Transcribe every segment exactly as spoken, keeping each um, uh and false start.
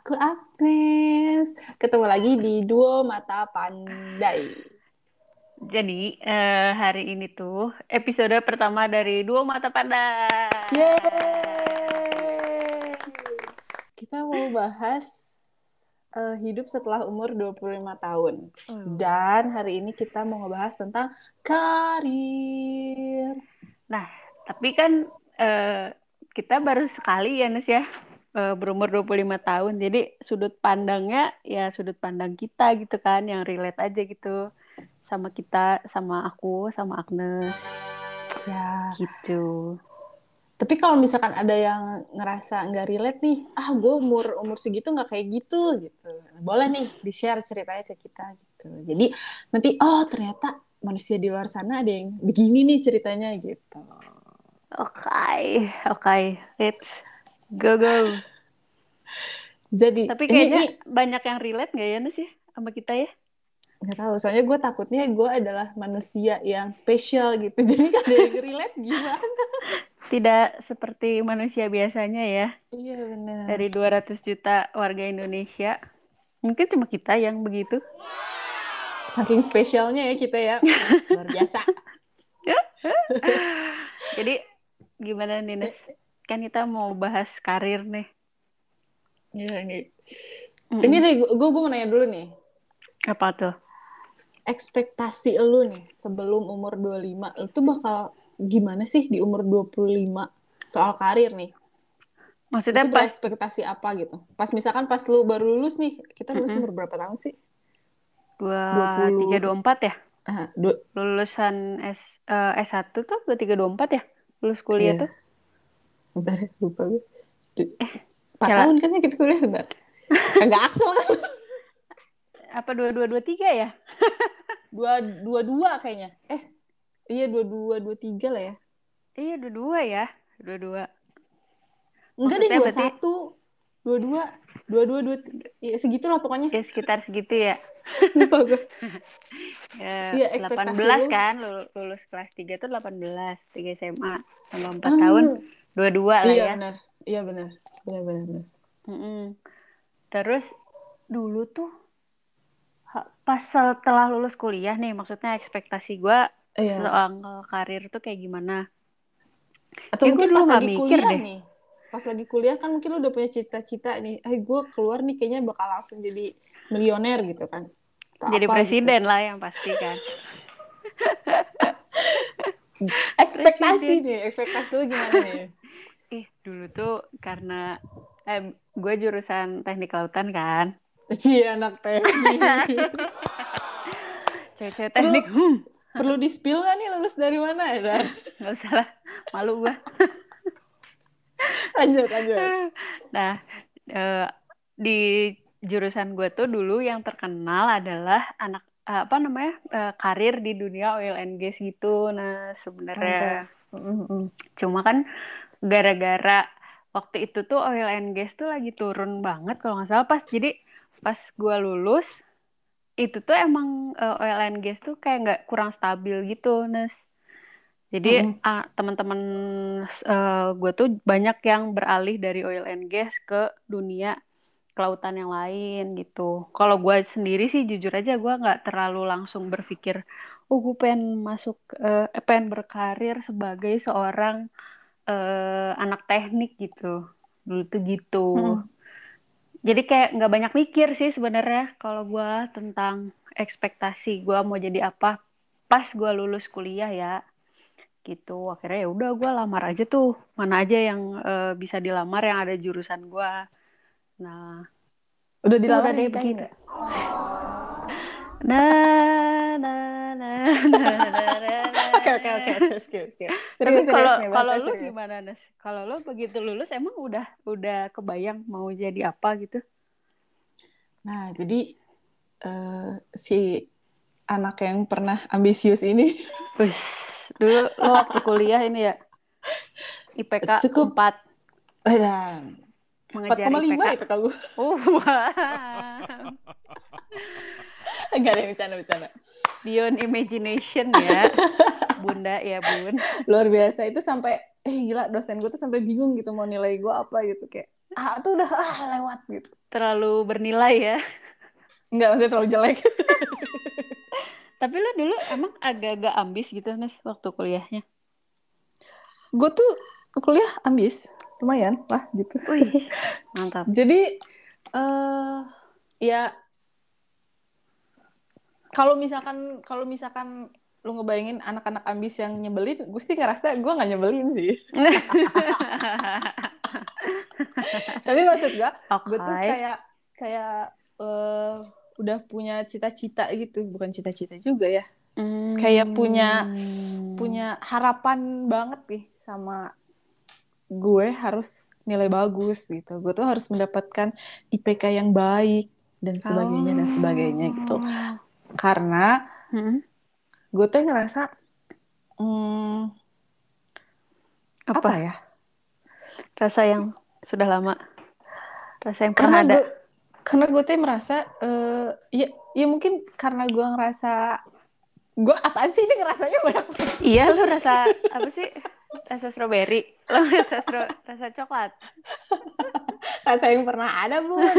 Aku Agnes. Ketemu lagi di Duo Mata Pandai. Jadi eh, hari ini tuh episode pertama dari Dua Mata Pandai. Yeay! Kita mau bahas eh, hidup setelah umur dua puluh lima tahun. Uh. Dan hari ini kita mau ngebahas tentang karir. Nah, tapi kan eh, kita baru sekali ya Nes ya eh, berumur dua puluh lima tahun. Jadi sudut pandangnya ya sudut pandang kita gitu kan yang relate aja gitu sama kita, sama aku, sama Agnes Ya, gitu. tapi kalau misalkan ada yang ngerasa nggak relate nih, ah gue umur umur segitu nggak kayak gitu gitu, boleh nih di share ceritanya ke kita gitu. Jadi nanti oh ternyata manusia di luar sana ada yang begini nih ceritanya gitu. Oke, oke, let's go go. Jadi Tapi ini kayaknya nih banyak yang relate nggak ya Nes ya sama kita ya? nggak tahu, soalnya gue takutnya gue adalah manusia yang spesial gitu. Jadi kan ada yang relate gimana? Tidak seperti manusia biasanya ya. Iya benar. Dari dua ratus juta warga Indonesia, mungkin cuma kita yang begitu. Saking spesialnya ya kita ya, luar biasa. Jadi gimana nih Nes? Kan kita mau bahas karir nih. Iya, ini. Ini Mm-mm. deh, gue gue mau nanya dulu nih. Apa tuh? Ekspektasi lu nih sebelum umur dua puluh lima, lu tuh bakal gimana sih di umur dua puluh lima soal karir nih? Lu Maksudnya tuh pas berekspektasi apa gitu? Pas misalkan pas lu baru lulus nih, kita lulus mm-mm, umur berapa tahun sih? dua tiga dua puluh. dua empat ya? Ah, dua, Lulusan S, eh, S satu tuh dua tiga dua empat ya? Lulus kuliah tuh? iya, bentar ya, lupa gue. Du- empat Ya, tahun kan ya kita kuliah, bentar. Kagak aksel kan? apa dua dua dua tiga ya? Dua, dua, dua kayaknya. Eh, iya dua, dua, dua, tiga lah ya. Iya, dua dua ya. Dua dua. Enggak deh, Maksudnya dua berarti satu, dua, dua, dua, dua, dua, ya segitulah pokoknya. ya sekitar segitu ya. Lupa gue. Ya, Iya, delapan ekspektasi belas lu. kan lulus, lulus kelas tiga tuh delapan belas, tiga S M A tambah empat tahun Hmm, dua puluh dua lah iya ya. benar. Iya benar. Benar benar benar. Mm-mm. Terus dulu tuh ha- pas setelah lulus kuliah nih maksudnya ekspektasi gue Iya. soal karir tuh kayak gimana. Atau Kayak gue mungkin dulu pas nggak lagi mikir kuliah deh. nih. Pas lagi kuliah kan mungkin lu udah punya cita-cita nih. Eh, gue keluar nih kayaknya bakal langsung jadi milioner gitu kan. Atau Jadi apa gitu. presiden lah yang pasti kan. Ekspektasi Presiden. nih. Ekspektasi lu gimana nih? Ih, dulu tuh karena eh, gue jurusan teknik lautan kan. Cie anak teknik. Cewek-cewek Perlu teknik. Hmm. perlu di-spill gak nih lulus dari mana ya? Nggak usah lah. Malu gue. Lanjut, lanjut. Nah, eh, di jurusan gue tuh dulu yang terkenal adalah anak eh, apa namanya eh, karir di dunia oil and gas gitu. Nah, Mantap. sebenarnya Mm-mm. cuma kan gara-gara waktu itu tuh oil and gas tuh lagi turun banget kalau nggak salah pas jadi pas gue lulus itu tuh emang eh, oil and gas tuh kayak nggak kurang stabil gitu, Nes. Jadi Mm-mm. ah, teman-teman eh, gue tuh banyak yang beralih dari oil and gas ke dunia kelautan yang lain gitu. Kalau gue sendiri sih jujur aja gue nggak terlalu langsung berpikir, oh gue pengen masuk, eh, eh, pengen berkarir sebagai seorang eh, anak teknik gitu. Dulu tuh gitu. Mm-mm. Jadi kayak nggak banyak mikir sih sebenarnya kalau gue tentang ekspektasi gue mau jadi apa pas gue lulus kuliah ya gitu. Akhirnya ya udah gue lamar aja tuh mana aja yang eh, bisa dilamar yang ada jurusan gue. Nah, Udah ya udah dilamar deh dinikahin begitu. nggak? Nah, nah, nah, nah, nah, nah, Oke, oke, oke. nah. Skip, skip, skip. Tapi Serius, serius kalau nih, kalau bahasa lu serius. gimana, Nes? Kalau lu begitu lulus emang udah udah kebayang mau jadi apa gitu? Nah, jadi eh, si anak yang pernah ambisius ini Wih, dulu lo waktu kuliah ini ya I P K cukup empat dan mengejar empat koma lima I P K. ya P K gue. Oh, wow. Enggak ada yang bercanda-bercanda. Beyond imagination ya, Bunda ya, Bun. Luar biasa itu sampai eh gila dosen gue tuh sampai bingung gitu mau nilai gue apa gitu kayak A tuh udah ah lewat gitu. Terlalu bernilai ya. Enggak, maksudnya terlalu jelek. Tapi lu dulu emang agak-agak ambis gitu Nes waktu kuliahnya? Gue tuh kuliah ambis, lumayan lah gitu. Wih, mantap. Jadi uh, ya kalau misalkan kalau misalkan lu ngebayangin anak-anak ambis yang nyebelin, gue sih ngerasa gue nggak nyebelin sih. Tapi maksud gue, gue tuh Okay. kayak kayak uh, udah punya cita-cita gitu, bukan cita-cita juga ya. Hmm. Kayak punya punya harapan banget nih sama gue harus nilai bagus gitu. Gue tuh harus mendapatkan I P K yang baik dan sebagainya Oh. dan sebagainya gitu. Karena Hmm. gue tuh ngerasa hmm, Apa? apa ya? Rasa yang sudah lama. Rasa yang Karena pernah ada. gue karena gue tuh merasa uh, ya ya mungkin karena gue ngerasa gue apa sih ini ngerasanya banyak. Iya, lu rasa apa sih? Rasa strawberry. Lu rasa stro rasa coklat. Rasa yang pernah ada, Bun.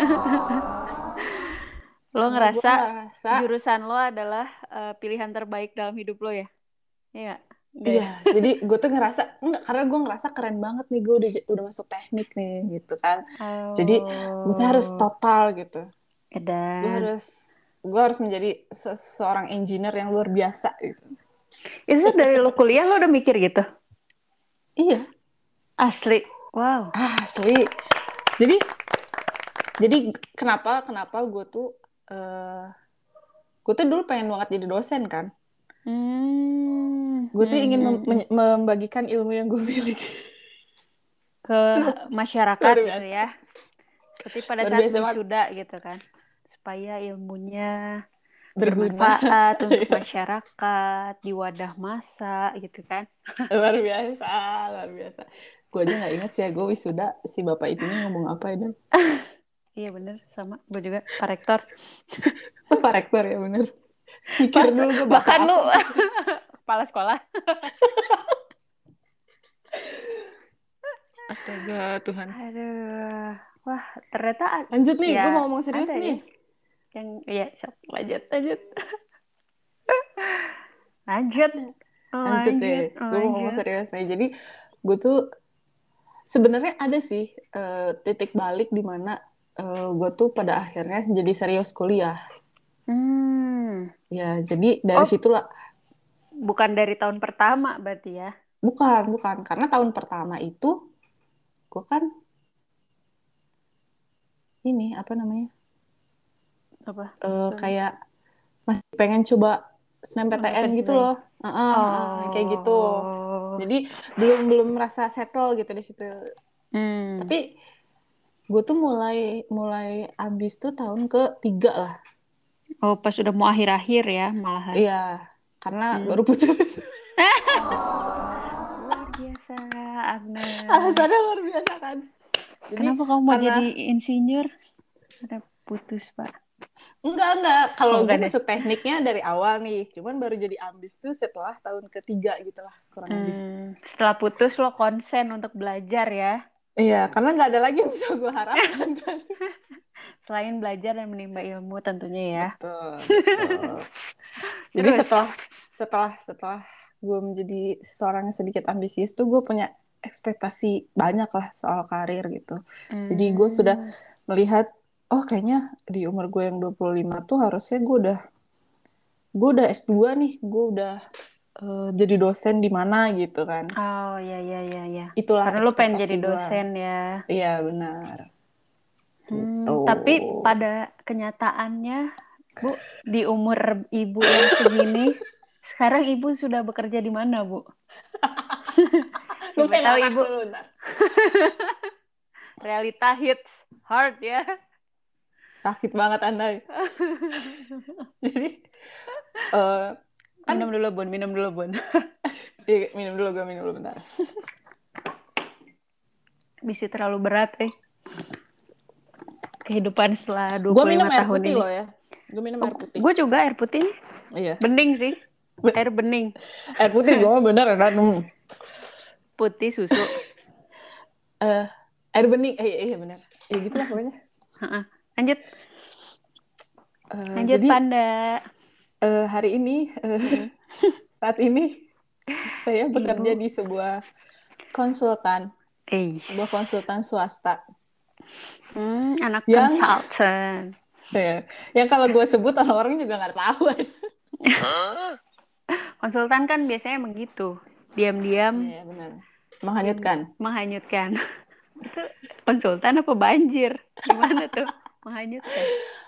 Lo Karena ngerasa gue ngerasa jurusan lo adalah uh, pilihan terbaik dalam hidup lo ya? Iya. Nggak iya, ya? jadi gue tuh ngerasa enggak, karena gue ngerasa keren banget nih gue udah udah masuk teknik nih gitu kan. Oh. Jadi gue tuh harus total gitu. Edan. Gue harus gue harus menjadi se- seorang engineer yang luar biasa gitu. Itu dari lo kuliah lo udah mikir gitu? Iya. Asli. Wow. Ah, asli. Jadi jadi kenapa kenapa gue tuh uh, gue tuh dulu pengen banget jadi dosen kan. Hmm. Gue tuh ingin Hmm, mem- hmm. membagikan ilmu yang gue miliki ke masyarakat gitu ya. Seperti pada luar saat biasa banget. wisuda gitu kan. Supaya ilmunya Berguna. bermanfaat untuk masyarakat di wadah massa gitu kan. Luar biasa, luar biasa. Gue aja nggak inget sih ya, gue wisuda si bapak itunya ngomong apa itu. Iya bener, sama. Gue juga, Pak Rektor. Pak Rektor ya bener. Mikir Pas, dulu gue bahkan bapak lu apa. kepala sekolah. Astaga, Tuhan. Aduh. Wah, ternyata ada. Lanjut nih, Ya, gue mau ngomong serius ada nih. ya. Yang, ya, siap. Lanjut, lanjut. Lanjut. Lanjut deh, gue mau ngomong serius nih. Jadi, gue tuh sebenarnya ada sih uh, titik balik di mana uh, gue tuh pada akhirnya jadi serius kuliah. Hmm. Ya, jadi dari Oh, situlah. bukan dari tahun pertama berarti ya? Bukan, bukan. Karena tahun pertama itu, gue kan ini, apa namanya? Apa? Uh, kayak masih pengen coba SNMPTN gitu loh. Uh -uh, Oh. uh, kayak gitu. Jadi, belum belum merasa settle gitu di situ. Hmm. Tapi, gue tuh mulai mulai abis tuh tahun ketiga lah. Oh, pas udah mau akhir-akhir ya malahan. Iya, karena Hmm. baru putus. Luar biasa, Agnes. Alasannya luar biasa kan. Jadi, kenapa kamu mau karena... jadi insinyur? Ada putus, Pak. Enggak, enggak. Kalau Oh, gue enggak deh. masuk tekniknya dari awal nih. Cuman baru jadi ambis tuh setelah tahun ketiga gitu lah, kurang lebih. Hmm, setelah putus lo konsen untuk belajar ya? Iya, karena nggak ada lagi yang bisa gue harapkan kan. Selain belajar dan menimba ilmu tentunya ya. Betul, betul. Jadi setelah setelah setelah gue menjadi seorang yang sedikit ambisius tuh gue punya ekspektasi banyak lah soal karir gitu. Hmm. Jadi gue sudah melihat, oh kayaknya di umur gue yang dua puluh lima tuh harusnya gue udah gue udah S dua nih, gue udah uh, jadi dosen di mana gitu kan. Oh ya ya ya ya. Itulah karena lo pengen jadi ekspektasi dosen gua. Ya. Iya benar. Hmm, Gitu. tapi pada kenyataannya, Bu, di umur ibu yang segini, sekarang ibu sudah bekerja di mana, Bu? Siapa tahu ibu. Realita hits hard ya. Sakit banget Anda. Jadi, uh, kan... minum dulu Bun, minum dulu Bun. Iya, minum dulu, gue minum dulu bentar. Bisa terlalu berat, eh. Kehidupan setelah dua puluh lima tahun ini. Gue minum air putih loh ya. Gue minum oh, air putih. Gue juga air putih. Iya. Bening sih. Air bening. Air putih gue bener kan. Putih susu. uh, Air bening, eh iya benar. Ya gitulah pokoknya. Heeh. Lanjut, Eh, lanjut jadi Panda. eh, hari ini, eh, Mm-mm. saat ini saya bekerja Ibu, di sebuah konsultan, eh, sebuah konsultan swasta hmm, anak yang consultant. ya, yang kalau gue sebut orang-orang juga nggak tahu. Konsultan kan biasanya emang gitu, Iya diam-diam, ya, benar. diam Menghanyutkan. menghanyutkan. Itu konsultan apa banjir? Gimana tuh menghanyutkan?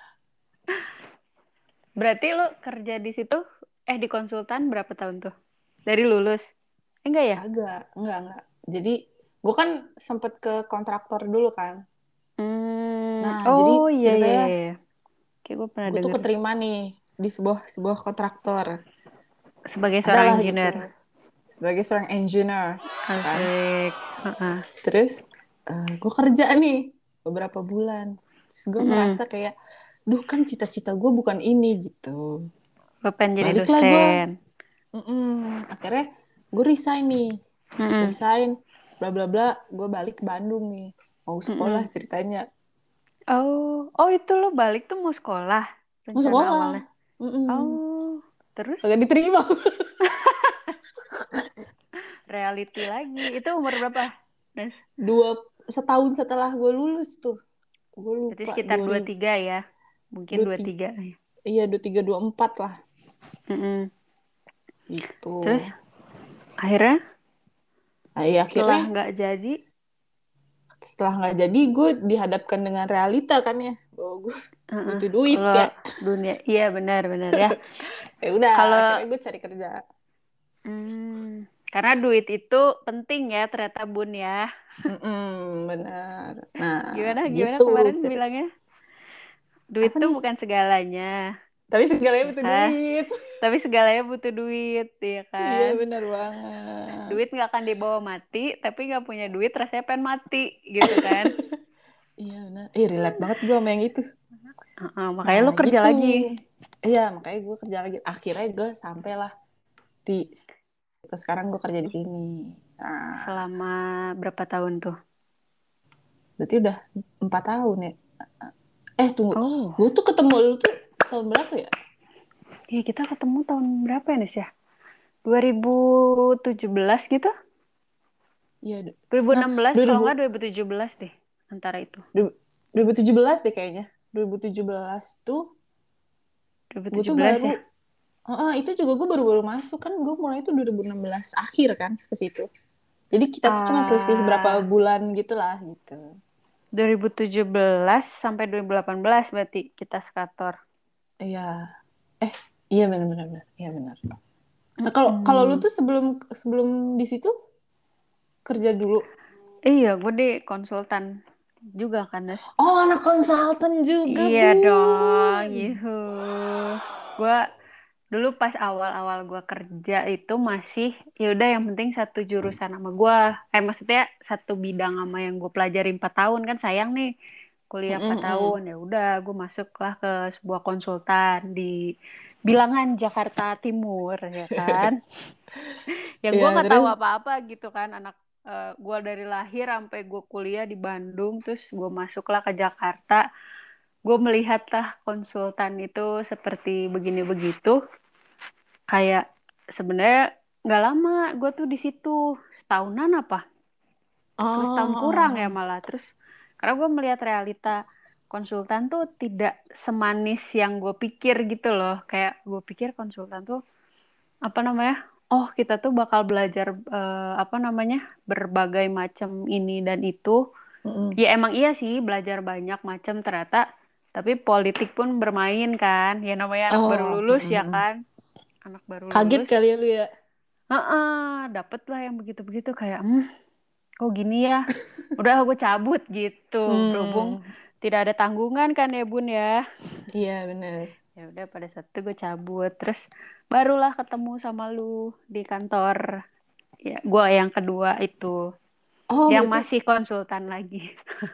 Berarti lo kerja di situ, eh di konsultan berapa tahun tuh? Dari lulus? Eh, enggak ya? Agak, enggak enggak. Jadi gue kan sempet ke kontraktor dulu kan. Hmm, Nah, jadi oh iya iya ceritanya iya. Kayak gue pernah gue tuh denger keterima nih di sebuah sebuah kontraktor. sebagai seorang Adalah gitu engineer. sebagai seorang engineer kan. Asik. Heeh. Terus eh, gue kerja nih beberapa bulan. Terus gue Mm-mm. merasa kayak, duh kan cita-cita gue bukan ini gitu. Lo pengen jadi Baliklah gue. dosen. Mm-mm. Akhirnya gue resign nih. Mm-mm. Resign, bla bla bla. Gue balik ke Bandung nih. Mau sekolah Mm-mm. ceritanya. Oh, oh itu lo balik tuh mau sekolah Mau rencana awalnya. sekolah. Mm-mm. Oh, terus Kagak diterima. reality lagi. Itu umur berapa? Nes? Dua setahun setelah gue lulus tuh. Gue Berarti lupa sekitar dua dua ribu tiga ya. Mungkin dua dua tiga tiga. iya dua tiga dua empat lah Mm-mm. gitu. Terus akhirnya Nah, iya, setelah akhirnya nggak jadi, setelah nggak jadi gue dihadapkan dengan realita kan ya bahwa gue uh-uh. butuh duit Kalau ya. dunia, iya benar-benar ya. Ya udah Kalau akhirnya gue cari kerja. hmm, karena duit itu penting ya ternyata Bun ya. Mm-mm, benar. Nah Gimana gimana gitu kemarin cerita bilangnya? Duit apa tuh nih, bukan segalanya, tapi segalanya ya butuh kan? duit. Tapi segalanya butuh duit, ya Iya kan? benar banget. Duit nggak akan dibawa mati, tapi nggak punya duit rasanya pengen mati, gitu kan? Iya benar, eh relate banget gue sama yang itu. Uh-uh, makanya Nah lu kerja gitu, lagi iya makanya gue kerja lagi, akhirnya gue sampailah di sekarang gue kerja di sini. Nah selama berapa tahun tuh? berarti udah empat tahun ya. Eh tunggu, Oh, gue tuh ketemu lu tuh tahun berapa ya? iya kita ketemu tahun berapa ya, Nes ya? dua ribu tujuh belas gitu? Iya, d- dua ribu nah enam belas dua kalau ribu nggak dua ribu tujuh belas deh, antara itu. dua ribu tujuh belas deh kayaknya. dua ribu tujuh belas tuh gue tuh dua ribu tujuh belas baru, ya? oh, itu juga gue baru-baru masuk kan, gue mulai itu dua ribu enam belas akhir kan ke situ. Jadi kita tuh cuma selisih berapa Ah, bulan gitu lah gitu. dua ribu tujuh belas sampai dua ribu delapan belas berarti kita sekantor. Iya, eh iya benar-benar, iya benar. Nah kalau kalau lu Mm-mm. tuh sebelum sebelum di situ kerja dulu. Iya, gue di konsultan juga kan, Nes? Oh anak konsultan juga Iya dong, bun. yuhu. Gue dulu pas awal-awal gue kerja itu masih ya udah yang penting satu jurusan sama gue. Eh maksudnya satu bidang sama yang gue pelajari empat tahun kan sayang nih kuliah empat tahun. Mm-mm-mm. Ya udah gue masuklah ke sebuah konsultan di bilangan Jakarta Timur ya kan. Yang gue Iya nggak tahu terus. apa-apa gitu kan anak eh, gue dari lahir sampai gue kuliah di Bandung terus gue masuklah ke Jakarta. Gue melihatlah konsultan itu seperti begini begitu. Kayak sebenarnya nggak lama gue tuh di situ setahunan apa apa setahun kurang ya Oh, malah terus karena gue melihat realita konsultan tuh tidak semanis yang gue pikir gitu loh kayak gue pikir konsultan tuh apa namanya oh kita tuh bakal belajar eh, apa namanya berbagai macam ini dan itu mm-mm. ya emang iya sih belajar banyak macam ternyata tapi politik pun bermain kan ya namanya anak baru Oh, lulus ya mm-mm. kan anak baru Kaget lulus. kali ya lu ya. Heeh, dapet lah yang begitu-begitu kayak, hmm, kok gini ya? Udah aku cabut gitu. Berhubung Hmm, tidak ada tanggungan kan ya Bun ya. iya bener. Ya udah pada saat itu gue cabut. Terus barulah ketemu sama lu di kantor. Ya, gue yang kedua itu. Oh, Yang berarti masih konsultan lagi.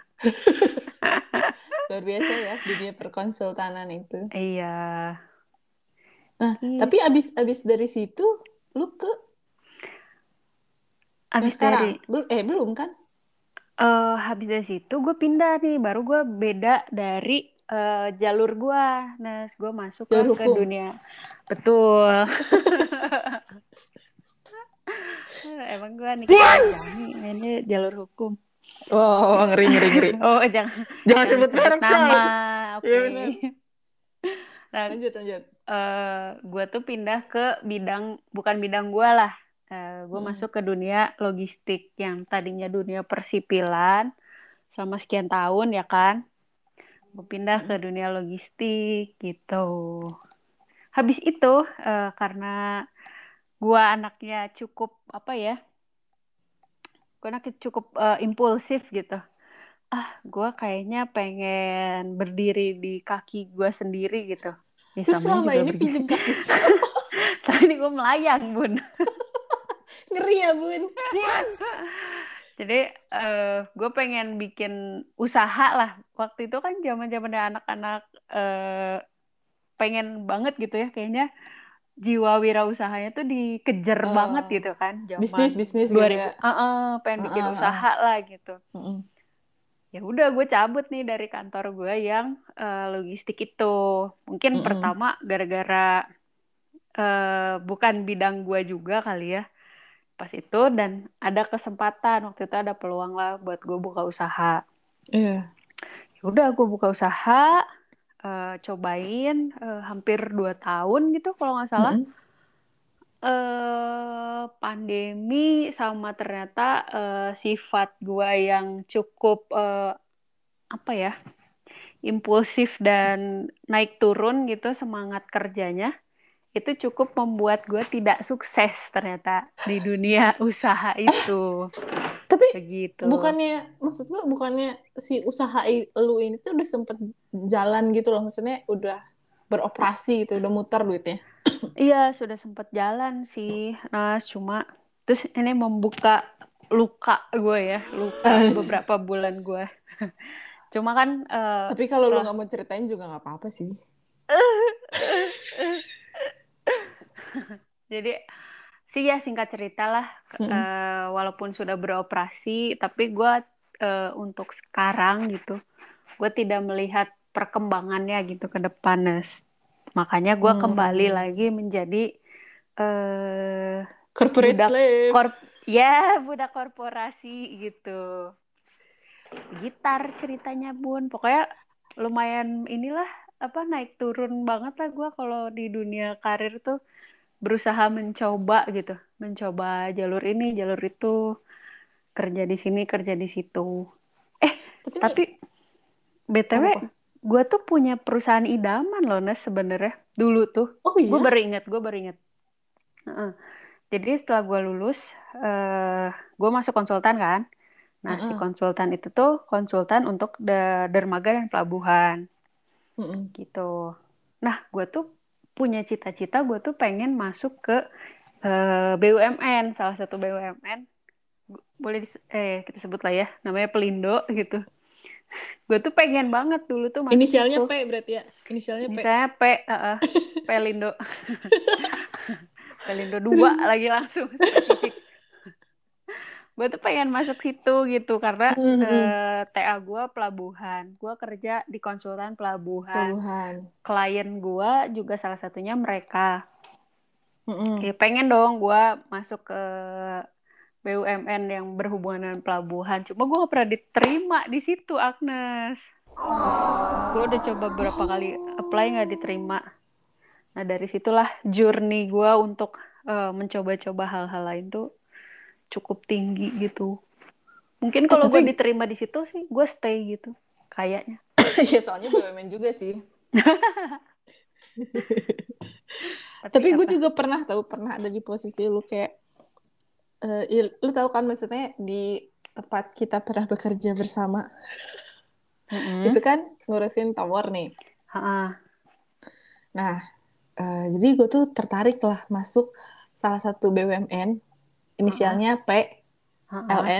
luar biasa ya dunia perkonsultanan itu. Iya, Nah, gitu. tapi abis abis dari situ lu ke yang Abis sekarang? dari Belum, eh belum kan? eh habis dari situ gue pindah nih, baru gue beda dari eh, jalur gue. Nah, gue masuk lah Jalur ke hukum. dunia. Betul. Emang gue Nikita Mirzani mainnya jalur hukum. Wow, ngeri ngeri ngeri. Oh, jangan Jangan jangan sebut sebut merek, nama. coy. Iya Oke. benar. Nah, Lanjut lanjut. eh gue tuh pindah ke bidang, bukan bidang gue lah. Eh gue Mm-mm. masuk ke dunia logistik yang tadinya dunia persipilan sama sekian tahun ya kan. Gue pindah ke Mm-mm. dunia logistik gitu. Habis itu eh, karena gue anaknya cukup apa ya? Gue anaknya cukup eh, impulsif gitu. Ah, gue kayaknya pengen berdiri di kaki gue sendiri gitu. Ya Terus samanya selama juga ini berdiri. pinjem kaki siapa? Tapi ini gue melayang, Bun. Ngeri ya, Bun. Jadi eh gue pengen bikin usaha lah. Waktu itu kan zaman-zamannya anak-anak eh, pengen banget gitu ya. Kayaknya jiwa wirausahanya tuh dikejar banget Eh, gitu kan. bisnis Zaman bisnis dua gitu ribu, ya. eh eh, pengen Uh, bikin uh, uh. usaha lah gitu. Mm-mm. Ya udah gue cabut nih dari kantor gue yang eh, logistik itu. Mungkin Mm-mm. pertama gara-gara eh, bukan bidang gue juga kali ya pas itu, dan ada kesempatan waktu itu, ada peluang lah buat gue buka usaha. Iya. Ya udah gue buka usaha, eh, cobain eh, hampir dua tahun gitu kalau nggak salah. Mm-mm. eh pandemi sama ternyata eh, sifat gue yang cukup eh, apa ya, impulsif dan naik turun gitu semangat kerjanya, itu cukup membuat gue tidak sukses ternyata di dunia usaha itu. Tapi Begitu. bukannya, maksud gua bukannya si usaha i- lu ini tuh udah sempet jalan gitu loh, maksudnya udah beroperasi gitu, udah muter duitnya. Iya, sudah sempat jalan sih. Nah, cuma terus ini membuka luka gue ya, luka Eh, beberapa bulan gue. Cuma kan eh, Tapi kalau lu setelah nggak mau ceritain juga nggak apa-apa sih. jadi sih ya singkat cerita lah, Mm-mm. eh, walaupun sudah beroperasi, tapi gue eh, untuk sekarang gitu, gue tidak melihat perkembangannya gitu ke depan, Nes. Makanya gue kembali Hmm. lagi menjadi eh, Corporate budak slave. korp ya budak korporasi gitu. Gitar ceritanya, Bun. Pokoknya lumayan inilah, apa, naik turun banget lah gue kalau di dunia karir tuh, berusaha mencoba gitu, mencoba jalur ini jalur itu, kerja di sini kerja di situ. Eh, Tapi tapi B T W apa-apa? gue tuh punya perusahaan idaman loh, Nes, sebenarnya dulu tuh. Oh Gue iya? baru inget, gue baru inget. Heeh. Jadi setelah gue lulus, eh gue masuk konsultan kan. Nah, si Heeh. konsultan itu tuh konsultan untuk de- dermaga dan pelabuhan Mm-mm. gitu. Nah, gue tuh punya cita-cita, gue tuh pengen masuk ke eh, B U M N, salah satu B U M N, boleh di- eh kita sebut lah ya, namanya Pelindo gitu. Gue tuh pengen banget dulu tuh masuk Inisialnya situ. P berarti ya? Inisialnya P. Misalnya P, eh, eh, Pelindo, Pelindo dua lagi langsung spesifik. Gue tuh pengen masuk situ gitu karena Mm-mm. eh, T A gue pelabuhan. Gue kerja di konsultan pelabuhan. Pelabuhan. Klien gue juga salah satunya mereka. Ya Mm-mm. pengen dong gue masuk ke B U M N yang berhubungan dengan pelabuhan. Cuma gue gak pernah diterima di situ, Agnes. Gue udah coba beberapa kali Oh. apply gak diterima. Nah dari situlah journey gue untuk eh, mencoba-coba hal-hal lain tuh cukup tinggi gitu. Mungkin Eh kalau gue tapi diterima di situ sih, gue stay gitu, kayaknya. ya soalnya B U M N juga sih. Tapi Tapi gue apa? juga pernah tahu, pernah ada di posisi lu kayak, eh, il- lu tahu kan maksudnya di tempat kita pernah bekerja bersama, itu Mm-mm. kan ngurusin tower nih. Ha-ha. Nah, eh, jadi gue tuh tertarik lah masuk salah satu B U M N, Ha-ha. inisialnya P L Ha-ha. N,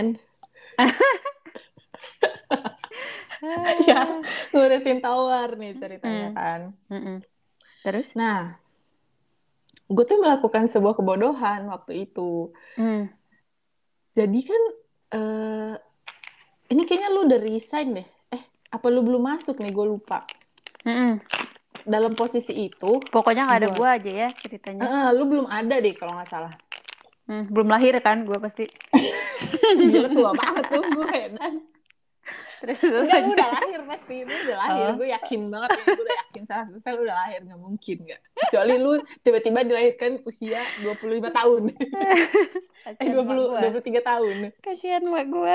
ya ngurusin tower nih ceritanya Mm. kan. Mm-mm. Terus? Nah, gue tuh melakukan sebuah kebodohan waktu itu. Mm. Jadi kan, eh, ini kayaknya lu udah resign deh. Eh, apa lu belum masuk nih? Gue lupa. Mm-mm. Dalam posisi itu, Pokoknya nggak ada gue, gue aja ya ceritanya. eh, lu belum ada deh kalau nggak salah. Hmm, belum lahir kan gue pasti. Gila tua banget tuh gue. Dan Terus terus enggak, lu lanjut. udah lahir pasti. Lu udah lahir. Oh. Gue yakin banget ya. Gue udah yakin seratus persen lu udah lahir. Nggak mungkin nggak. Kecuali lu tiba-tiba dilahirkan usia dua puluh lima tahun. eh, Kasihan dua mak puluh, gue. dua puluh tiga tahun. Kasihan mak gue.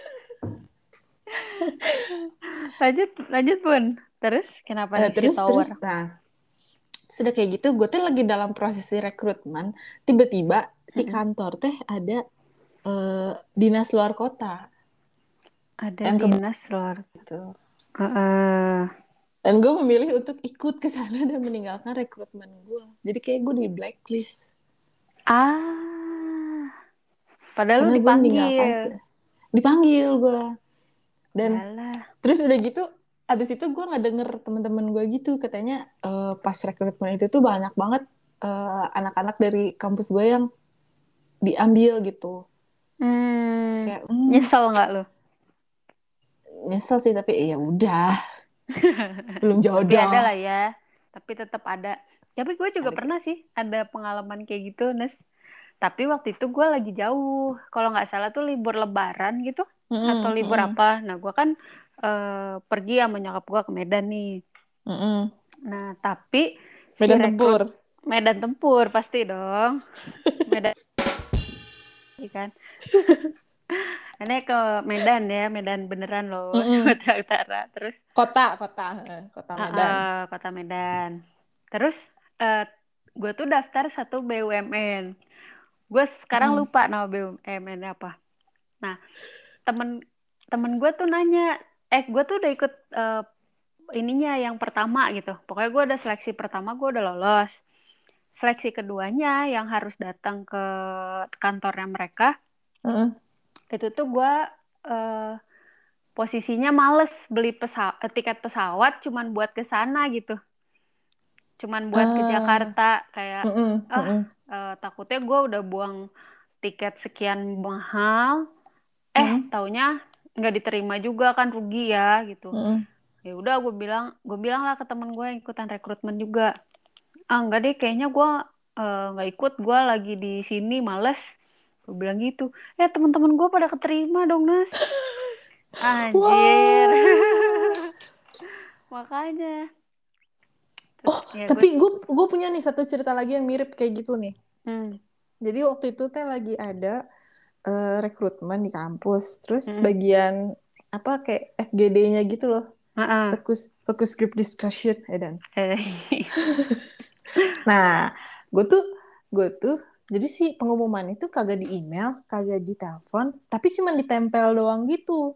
Lanjut, lanjut pun. Terus kenapa Eh, nih si terus, terus. tower? Nah, sudah kayak gitu, gue tuh lagi dalam prosesi rekrutmen. Tiba-tiba si Mm-mm. kantor teh ada eh, dinas luar kota. Ada Yang ke dinas luar. gitu. Uh, Dan gue memilih untuk ikut ke sana dan meninggalkan rekrutmen gue. Jadi kayak gue di blacklist. ah, padahal lu Karena gue meninggalkan, dipanggil. dipanggil gue. Dan Yalah. terus udah gitu, abis itu gue nggak denger teman-teman gue gitu. Katanya eh, pas rekrutmen itu tuh banyak banget eh, anak-anak dari kampus gue yang diambil gitu. Terus Hmm, kayak, hmm, nyesel nggak lu? nyesel sih, tapi ya udah, belum Tapi ada jodoh. lah ya. Tapi tetap ada. Tapi gue juga Ada pernah kayak, sih ada pengalaman kayak gitu, Nes. Tapi waktu itu gue lagi jauh. Kalau nggak salah tuh libur Lebaran gitu. Atau mm-mm, libur mm-mm, apa. Nah gue kan eh, pergi sama nyokap gue ke Medan nih. mm-mm. Nah tapi si Medan rekrut tempur. Medan tempur pasti dong. Medan kan. Ini ke Medan ya. Medan beneran loh. Mm-mm. Sumatera Utara. Terus Kota, kota, eh, kota eh, Medan. eh, kota Medan. Terus eh, gue tuh daftar satu B U M N. Gue sekarang Mm-mm. lupa nama B U M N apa. Nah, temen temen gue tuh nanya, eh gue tuh udah ikut eh, ininya yang pertama gitu. Pokoknya gue udah seleksi pertama, gue udah lolos. Seleksi keduanya yang harus datang ke kantornya mereka, Mm-mm. itu tuh gue eh, posisinya males beli pesa- eh, tiket pesawat cuman buat ke sana gitu. Cuman buat ke Ah, Jakarta kayak mm-mm, ah mm-mm, eh, takutnya gue udah buang tiket sekian mahal, eh mm-mm, taunya nggak diterima juga kan rugi ya gitu. mm-mm. Ya udah gue bilang gue bilang lah ke teman gue yang ikutan rekrutmen juga, ah enggak deh kayaknya gue eh, nggak ikut, gue lagi di sini males, gue bilang gitu. Eh teman-teman gue pada keterima dong Nas, anjir. Wah. Makanya terus Oh, ya gue tapi gue gue punya nih satu cerita lagi yang mirip kayak gitu nih. hmm, Jadi waktu itu teh lagi ada eh, rekrutmen di kampus, terus hmm, bagian apa kayak F G D-nya gitu loh, uh-uh. fokus fokus group discussion, ya dan. Eh, Nah, gue tuh gue tuh jadi si pengumuman itu kagak di email, kagak di telepon, tapi cuma ditempel doang gitu.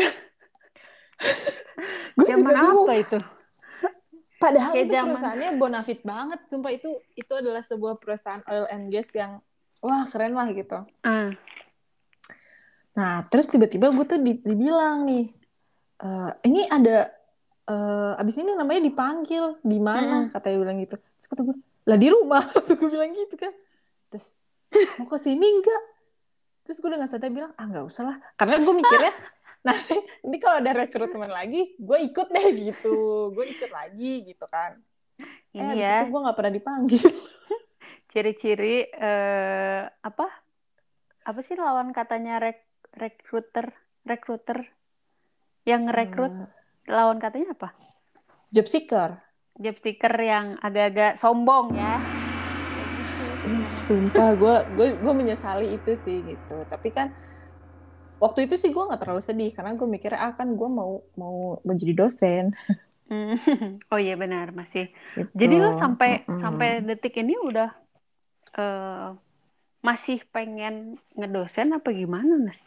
Gue zaman juga bingung. apa itu? Padahal Kayak itu zaman perusahaannya bonafit banget, sumpah itu itu adalah sebuah perusahaan oil and gas yang wah keren lah gitu. ah, Nah, terus tiba-tiba gue tuh di- dibilang nih, "Eh, ini ada eh, abis ini namanya dipanggil di mana?" mm-mm. Katanya bilang gitu. Terus kata gue, lah di rumah. Gue bilang gitu kan. Terus mau ke sini enggak? Terus gue dengan santai bilang, ah nggak usah lah. Karena gue mikirnya, nah ini kalau ada rekrutmen lagi, gue ikut deh gitu. Gue ikut lagi gitu kan. Eh Ini habis itu ya gue nggak pernah dipanggil. ciri-ciri eh, apa apa sih lawan katanya rek rekruter rekruter yang ngerekrut, Eh, lawan katanya apa? job seeker. Job seeker yang agak-agak sombong ya, kayak gitu Ih, ceritanya. sumpah gue gue gue menyesali itu sih gitu. Tapi kan waktu itu sih gue nggak terlalu sedih karena gue mikirnya ah kan gue mau mau menjadi dosen Hmm. Oh iya benar masih. gitu. Jadi lo sampai sampai Mm-mm. detik ini udah eh, masih pengen ngedosen apa gimana, Nas?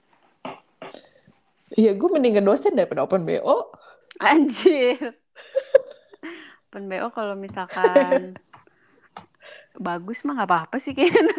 Iya gue mending dosen daripada open B O. Anjir. Open B O kalau misalkan bagus mah nggak apa-apa sih kayaknya.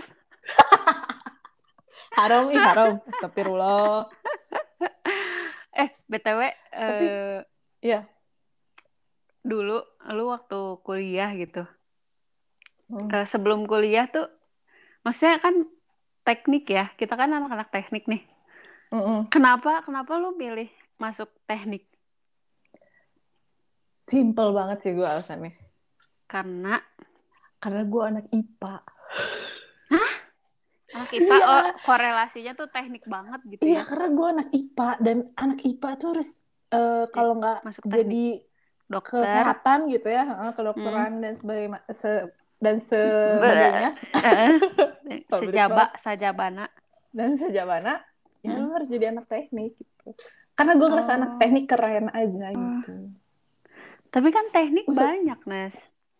Haram ih haram. Astagfirullah. Eh, B T W Tapi eh, ya. dulu lu waktu kuliah gitu. Mm. Eh, sebelum kuliah tuh maksudnya kan teknik ya. Kita kan anak-anak teknik nih. Mm-mm. Kenapa kenapa lu pilih masuk teknik? Simple banget sih gue alasannya. Karena Karena gue anak I P A. anak I P A, oh Iya, korelasinya tuh teknik banget gitu iya ya. karena gue anak I P A dan anak I P A tuh harus eh, J- kalau nggak Masuk jadi teknik dokter. kesehatan gitu ya, eh, Hmm. kedokteran dan sebagainya se- dan Be- sebagainya, eh, public sejaba health sajabana. dan sejabana, ya Hmm. lu harus jadi anak teknik gitu. Karena gue ngerasa anak Oh. teknik keren aja gitu. Tapi kan teknik Maksud, banyak, Nes.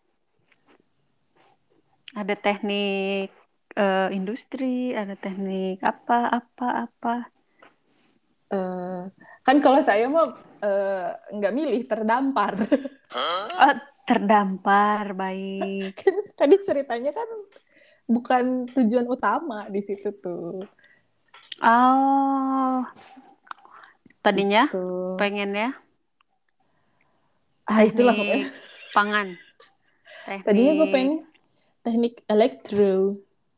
Ada teknik eh, industri, ada teknik apa, apa, apa. eh, kan kalau saya mah eh, nggak milih, terdampar. Oh, terdampar, baik. Kan tadi ceritanya kan bukan tujuan utama di situ tuh. Oh, tadinya Gitu. pengennya Ah, itulah pokoknya. teknik pangan, Tadinya gue teknik. pengen teknik elektro.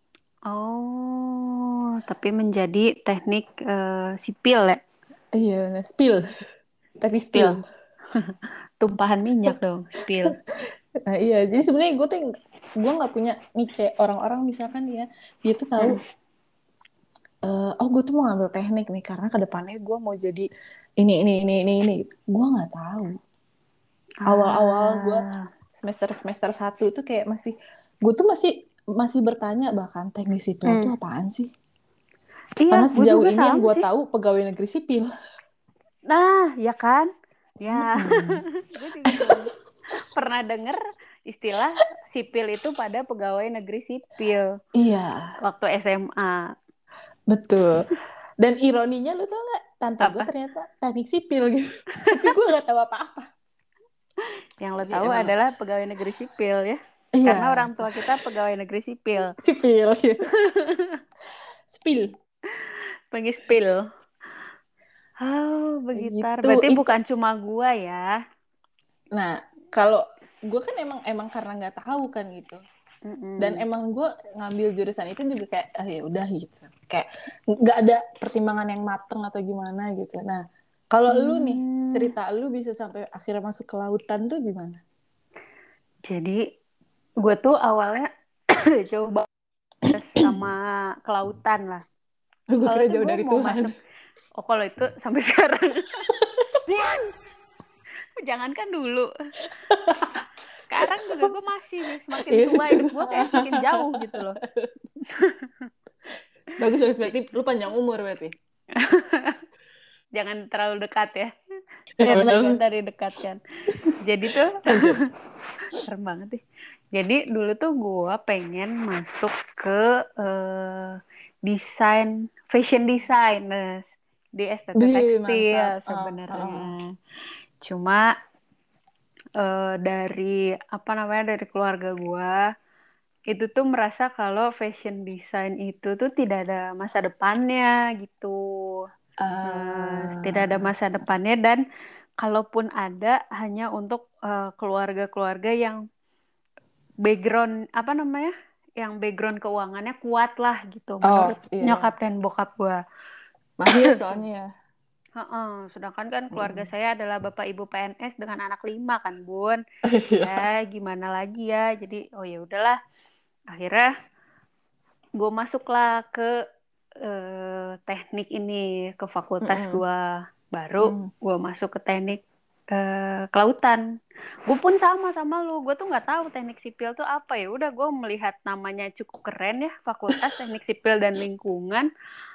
Oh, tapi menjadi teknik eh, sipil ya, Iya, nah, spill. Teknik spill. spill. Tumpahan minyak dong, spill. Nah, iya, jadi sebenarnya gue tuh gue nggak punya nih kayak orang-orang misalkan ya, dia tuh tahu, Mm. eh, oh gue tuh mau ngambil teknik nih karena kedepannya gue mau jadi ini ini ini ini ini. Gue nggak tahu. Awal-awal gue Ah, semester semester satu itu kayak masih, gue tuh masih masih bertanya bahkan teknik sipil tuh mm. apaan sih? Iya, Karena gue sejauh juga ini yang sama gue sih. tahu pegawai negeri sipil. Nah, ya kan? Ya, Mm-mm. gue juga sama. Pernah denger istilah sipil itu pada pegawai negeri sipil Iya, waktu S M A. betul. Dan ironinya lu tau nggak, tante gue Apa? ternyata teknik sipil gitu. Tapi gue nggak tahu apa-apa. Yang lo Tapi tahu emang adalah pegawai negeri sipil ya. Karena iya, orang tua kita pegawai negeri sipil. sipil gitu. Spil. Panggil spil. Oh, begitar. Gitu. Berarti Itu. bukan cuma gua ya. Nah, kalau gue kan emang emang karena nggak tahu kan gitu. Dan Mm-mm. emang gue ngambil jurusan itu juga kayak ah, ya udah gitu. Kayak nggak ada pertimbangan yang mateng atau gimana gitu. Nah, kalau lu nih Hmm. cerita lu bisa sampai akhirnya masuk ke lautan tuh gimana? Jadi gue tuh awalnya coba sama kelautan lah. Gue Kalau kira itu jauh gue dari mau Tuhan. masuk. Oh, kalau itu sampai sekarang. Jangankan dulu. Sekarang juga gue masih nih. Semakin Iya, tua hidup gue kayak Tuhan. semakin jauh gitu loh. Bagus bagus, berarti lu panjang umur berarti. Jangan terlalu dekat ya. Ya Bagian benar. dari dekat kan. Jadi tuh Lanjut. serem banget deh. Jadi dulu tuh gue pengen masuk ke eh, desain, fashion design, Nes. Di S T T Bih, Tekstil mantap. Uh, uh, uh. sebenarnya. Cuma eh, dari apa namanya dari keluarga gue itu tuh merasa kalau fashion design itu tuh tidak ada masa depannya gitu. Nah, tidak ada Uh, masa depannya dan kalaupun ada hanya untuk eh, keluarga-keluarga yang background apa namanya? Yang background keuangannya kuat lah gitu oh menurut iya ya. nyokap dan bokap gue. Mahir soalnya ya. Heeh, sedangkan kan keluarga Mm. saya adalah bapak ibu P N S dengan anak lima kan Bun. Iya. Ya gimana lagi ya. Jadi oh ya udahlah. Akhirnya gue masuklah ke eh, teknik ini ke fakultas Mm-mm. gue. Baru Mm. gue masuk ke teknik eh, kelautan. Gue pun sama sama lu. Gue tuh nggak tahu teknik sipil tuh apa ya. Udah gue melihat namanya cukup keren ya fakultas teknik sipil dan lingkungan.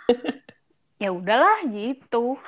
Ya udahlah gitu.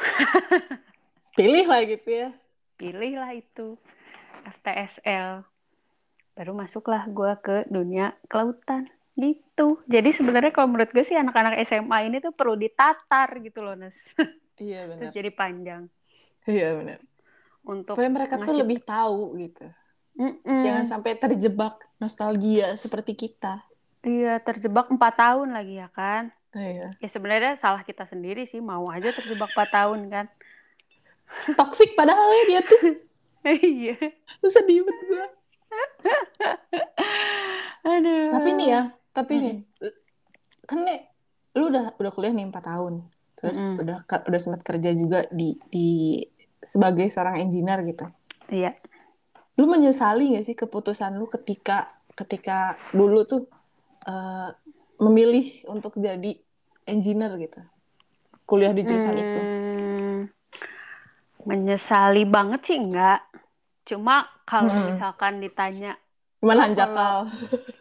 Pilih lah gitu ya. Pilihlah itu F T S L. Baru masuklah gue ke dunia kelautan gitu. Jadi sebenarnya kalau menurut gue sih anak-anak S M A ini tuh perlu ditatar gitu loh Nes. Iya Terus benar. jadi panjang Iya benar. untuk Supaya mereka tuh ngasih. lebih tahu gitu. Jangan Mm-mm. sampai terjebak nostalgia seperti kita. Iya terjebak empat tahun lagi ya kan. Iya. Ya sebenarnya salah kita sendiri sih mau aja terjebak empat tahun kan. Toxic padahal ya dia tuh. Iya. Sedih banget gue. Tapi nih ya, Aduh. tapi nih, Mm-mm. kan nih, lu udah udah kuliah nih empat tahun. terus Mm-mm. udah ke- udah sempat kerja juga di di sebagai seorang engineer gitu. Iya. Lu menyesali nggak sih keputusan lu ketika ketika dulu tuh eh, memilih untuk jadi engineer gitu, kuliah di jurusan itu? Hmm, menyesali banget sih enggak. Cuma kalau Mm-mm. misalkan ditanya, Cuman lo kalau hanjakal.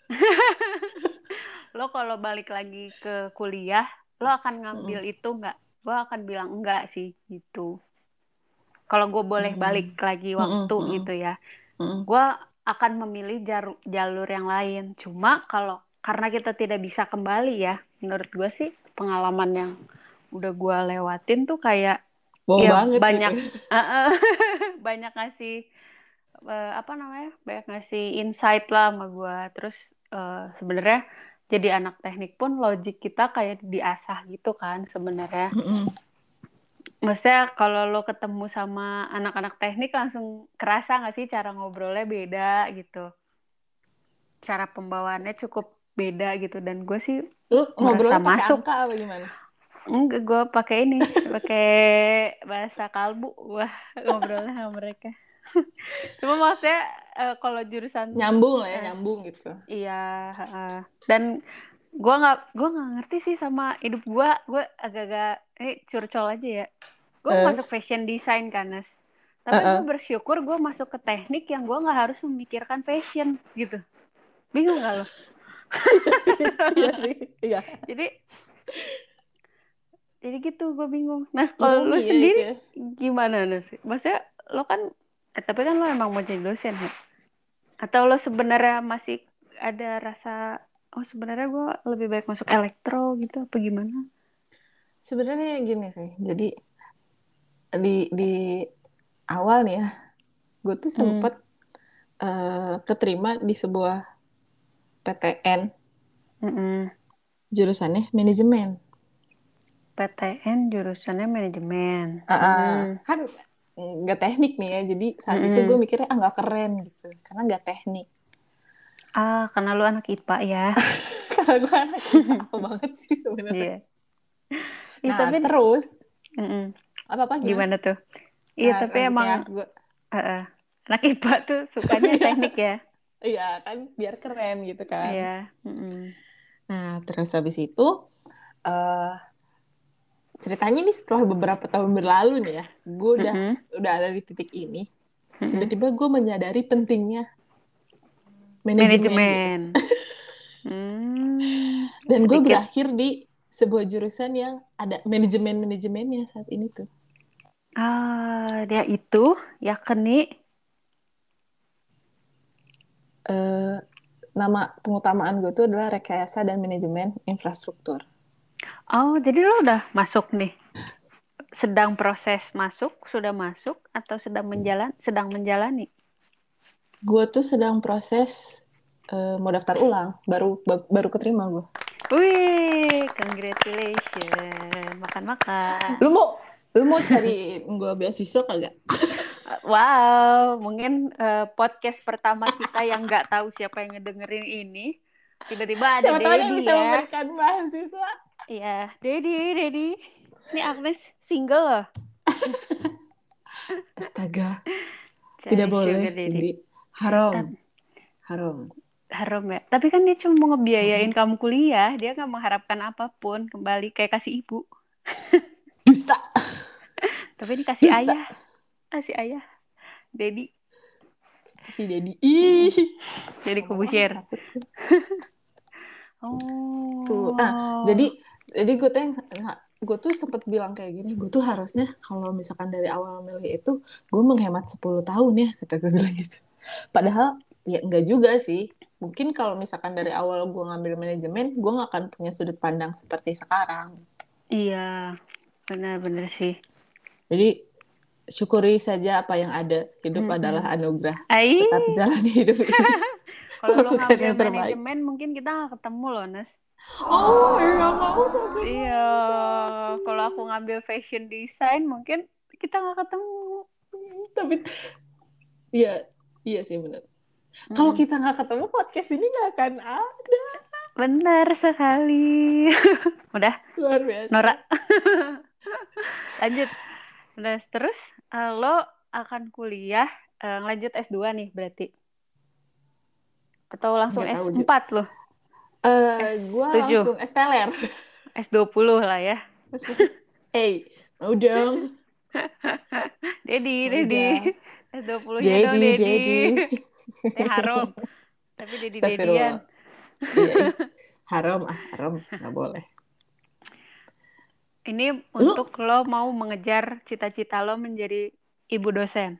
lo kalau balik lagi ke kuliah, lo akan ngambil Mm-mm. itu nggak? Gue akan bilang enggak sih gitu. Kalau gue boleh balik Mm. lagi Mm-mm. waktu Mm-mm. gitu ya, Mm-mm. gue akan memilih jar- jalur yang lain. Cuma kalau karena kita tidak bisa kembali ya, menurut gue sih pengalaman yang udah gue lewatin tuh kayak Wow ya banget gitu. banyak banyak ngasih eh, apa namanya banyak ngasih insight lah sama gue. Terus eh, sebenarnya jadi anak teknik pun logik kita kayak diasah gitu kan sebenarnya. Mm-mm. Maksudnya kalau lo ketemu sama anak-anak teknik langsung kerasa nggak sih cara ngobrolnya beda gitu, cara pembawaannya cukup beda gitu, dan gue sih Lu merasa ngobrolnya pakai masuk. angka apa gimana? Enggak, gue pakai ini, pakai bahasa kalbu, wah ngobrolnya sama mereka. Cuma maksudnya eh, kalau jurusan Nyambung lah ya, eh, nyambung gitu. iya eh, dan gue nggak gue nggak ngerti sih sama hidup gue gue agak-agak ini curcol aja ya. Gue Eh, masuk fashion design kan Nas, eh, tapi gue eh. bersyukur gue masuk ke teknik yang gue nggak harus memikirkan fashion gitu. Bingung gak lo? Iya sih, iya sih, iya. jadi jadi gitu gue bingung. Nah kalau Ironi lu ya itu sendiri ya. gimana Nas? Maksudnya lo kan eh, tapi kan lo emang mau jadi dosen ya? Atau lo sebenarnya masih ada rasa oh sebenarnya gue lebih baik masuk elektro gitu apa gimana? Sebenarnya gini sih, jadi di di awal nih ya, gue tuh Hmm. sempet eh, keterima di sebuah P T N Mm-mm. jurusannya manajemen. P T N jurusannya manajemen. Ah, ah, Hmm. kan nggak teknik nih ya, jadi saat itu gue Mm-mm. mikirnya ah nggak keren gitu, karena nggak teknik. Ah, karena lu anak I P A ya. Karena gue anak I P A apa banget sih sebenarnya. Iya. Ih, Nah tapi terus mm-mm. apa apa gimana? Gimana tuh? Iya, Nah tapi lanjutnya emang gue, eh, eh, anak I P A tuh sukanya iya teknik ya. iya kan biar keren gitu kan. Iya. Mm-mm. Nah terus habis itu eh ceritanya nih setelah beberapa tahun berlalu nih ya, gue udah Mm-mm. udah ada di titik ini. Mm-mm. Tiba-tiba gue menyadari pentingnya manajemen gitu. Manajemen. Hmm, Dan gue sedikit. berakhir di sebuah jurusan yang ada manajemen-manajemennya saat ini tuh. Ah, dia itu yakni. Eh, nama pengutamaan gue tuh adalah rekayasa dan manajemen infrastruktur. Oh, jadi lo udah masuk nih. Sedang proses masuk, sudah masuk atau sedang menjalan, sedang menjalani? Gue tuh sedang proses eh, mau daftar ulang, baru ba- baru keterima gue. Wih, congratulations. Makan-makan. Lu mau lu mau cari gue beasiswa kagak? Wow, mungkin eh, podcast pertama kita yang nggak tahu siapa yang ngedengerin ini, tiba-tiba ada Siapa tahu ada yang Dedi bisa ya. memberikan beasiswa. Iya, Dedi, Dedi. Ini Agnes single loh. Astaga, tidak Cari boleh, sugar Dedi. Cindy. Haram, Tapi haram. haram ya. Tapi kan dia cuma mau ngebiayain Mm-mm. kamu kuliah, dia nggak mengharapkan apapun kembali kayak kasih ibu. Dusta, Tapi ini kasih dusta. ayah, kasih ayah, Dedi. Si Dedi. Mm-mm. Ih, Dedi ngomong ah, Kubusir. takut. Tuh, nah, jadi Oh, jadi gue tuh nggak gue tuh sempet bilang kayak gini, gue tuh harusnya kalau misalkan dari awal milih itu gue menghemat sepuluh tahun ya, kata gue bilang gitu. Padahal ya enggak juga sih. Mungkin kalau misalkan dari awal gue ngambil manajemen, gue nggak akan punya sudut pandang seperti sekarang. iya, benar-benar sih. Jadi syukuri saja apa yang ada. Hidup adalah Mm-mm. anugerah. Ai, Tetap jalani hidup ini. kalau lo Lakukan ngambil yang terbaik. manajemen mungkin kita nggak ketemu loh, Nes. Oh, ya nggak mau so Iya, sedih. kalau aku ngambil fashion design mungkin kita nggak ketemu. Tapi iya, iya sih benar. Kalau Mm-mm. kita nggak ketemu, podcast ini nggak akan ada. Benar sekali. Udah, Luar biasa. Nora. Lanjut. Nah, terus eh, lo akan kuliah eh, lanjut S dua nih berarti. Atau langsung Nggak tahu S juga. empat lo? Eh, S gue tujuh, langsung esteler. S dua puluh lah ya. Eh, mau dong, Dedi, mau Dedi. dong. S dua puluh-nya dong, Jadi, Dedi. jadi. Eh, haram. Tapi Dedi-Dedian. Astagfirullah. Iya, ih. Haram, ah, haram. Nggak boleh. Ini Lu, untuk lo mau mengejar cita-cita lo menjadi ibu dosen.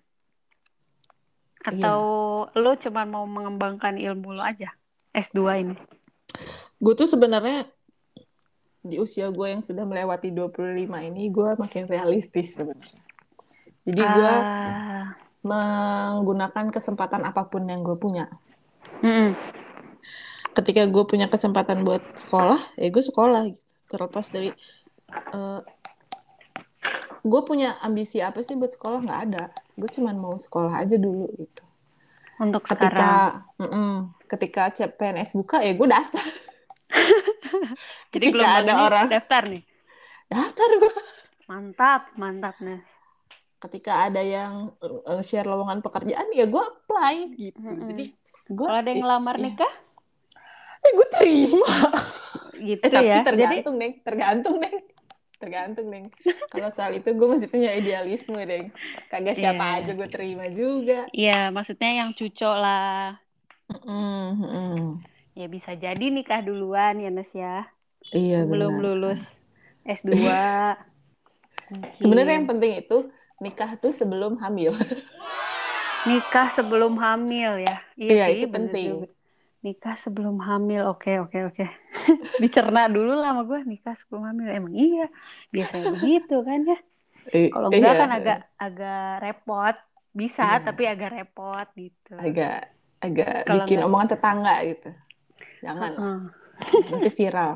Atau iya. lo cuma mau mengembangkan ilmu lo aja? S dua ini. Gue tuh sebenarnya di usia gue yang sudah melewati dua puluh lima ini, gue makin realistis sebenarnya. Jadi gue Ah, menggunakan kesempatan apapun yang gue punya. mm-mm. Ketika gue punya kesempatan buat sekolah, ya gue sekolah gitu. Terlepas dari uh, gue punya ambisi apa sih buat sekolah, nggak ada. Gue cuman mau sekolah aja dulu gitu. Untuk sekarang. Ketika mm-mm, ketika C P N S buka, ya gue daftar. Jadi Ketika gelombang ada ini orang daftar nih. daftar gue. Mantap, mantap, Nes. Ketika ada yang uh, share lowongan pekerjaan, ya gue apply gitu. Jadi Mm-mm. gue Kalau ada yang eh, ngelamar ya, nikah, eh gue terima. Eh gitu tapi ya. Jadi, tergantung neng, tergantung neng, tergantung neng. Kalau soal itu gue masih punya idealisme neng. Kagak siapa aja iya, gue terima juga. iya, maksudnya yang cucok lah. Mm, mm. Ya bisa jadi nikah duluan ya, Nes ya. Iya Sebelum benar. lulus S dua Sebenarnya yang mungkin. penting itu nikah tuh sebelum hamil. Nikah sebelum hamil ya. Iya Iya sih, itu bener penting. juga. Nikah sebelum hamil. Oke, oke, oke. Dicerna dulu lah sama gue, nikah sebelum hamil. Emang iya, biasanya begitu kan ya. I- Kalau enggak iya, kan agak agak repot. Bisa, tapi iya. agak repot gitu. Agak agak Kalau bikin enggak, omongan tetangga gitu. Janganlah. heeh. Nanti viral.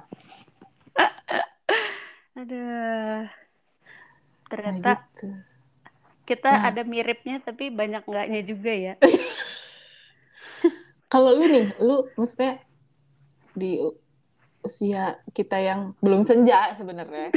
Aduh, Nah ternyata gitu. kita Nah, ada miripnya, tapi banyak enggaknya juga ya. kalau lu nih, lu maksudnya di u- usia kita yang belum senja sebenarnya.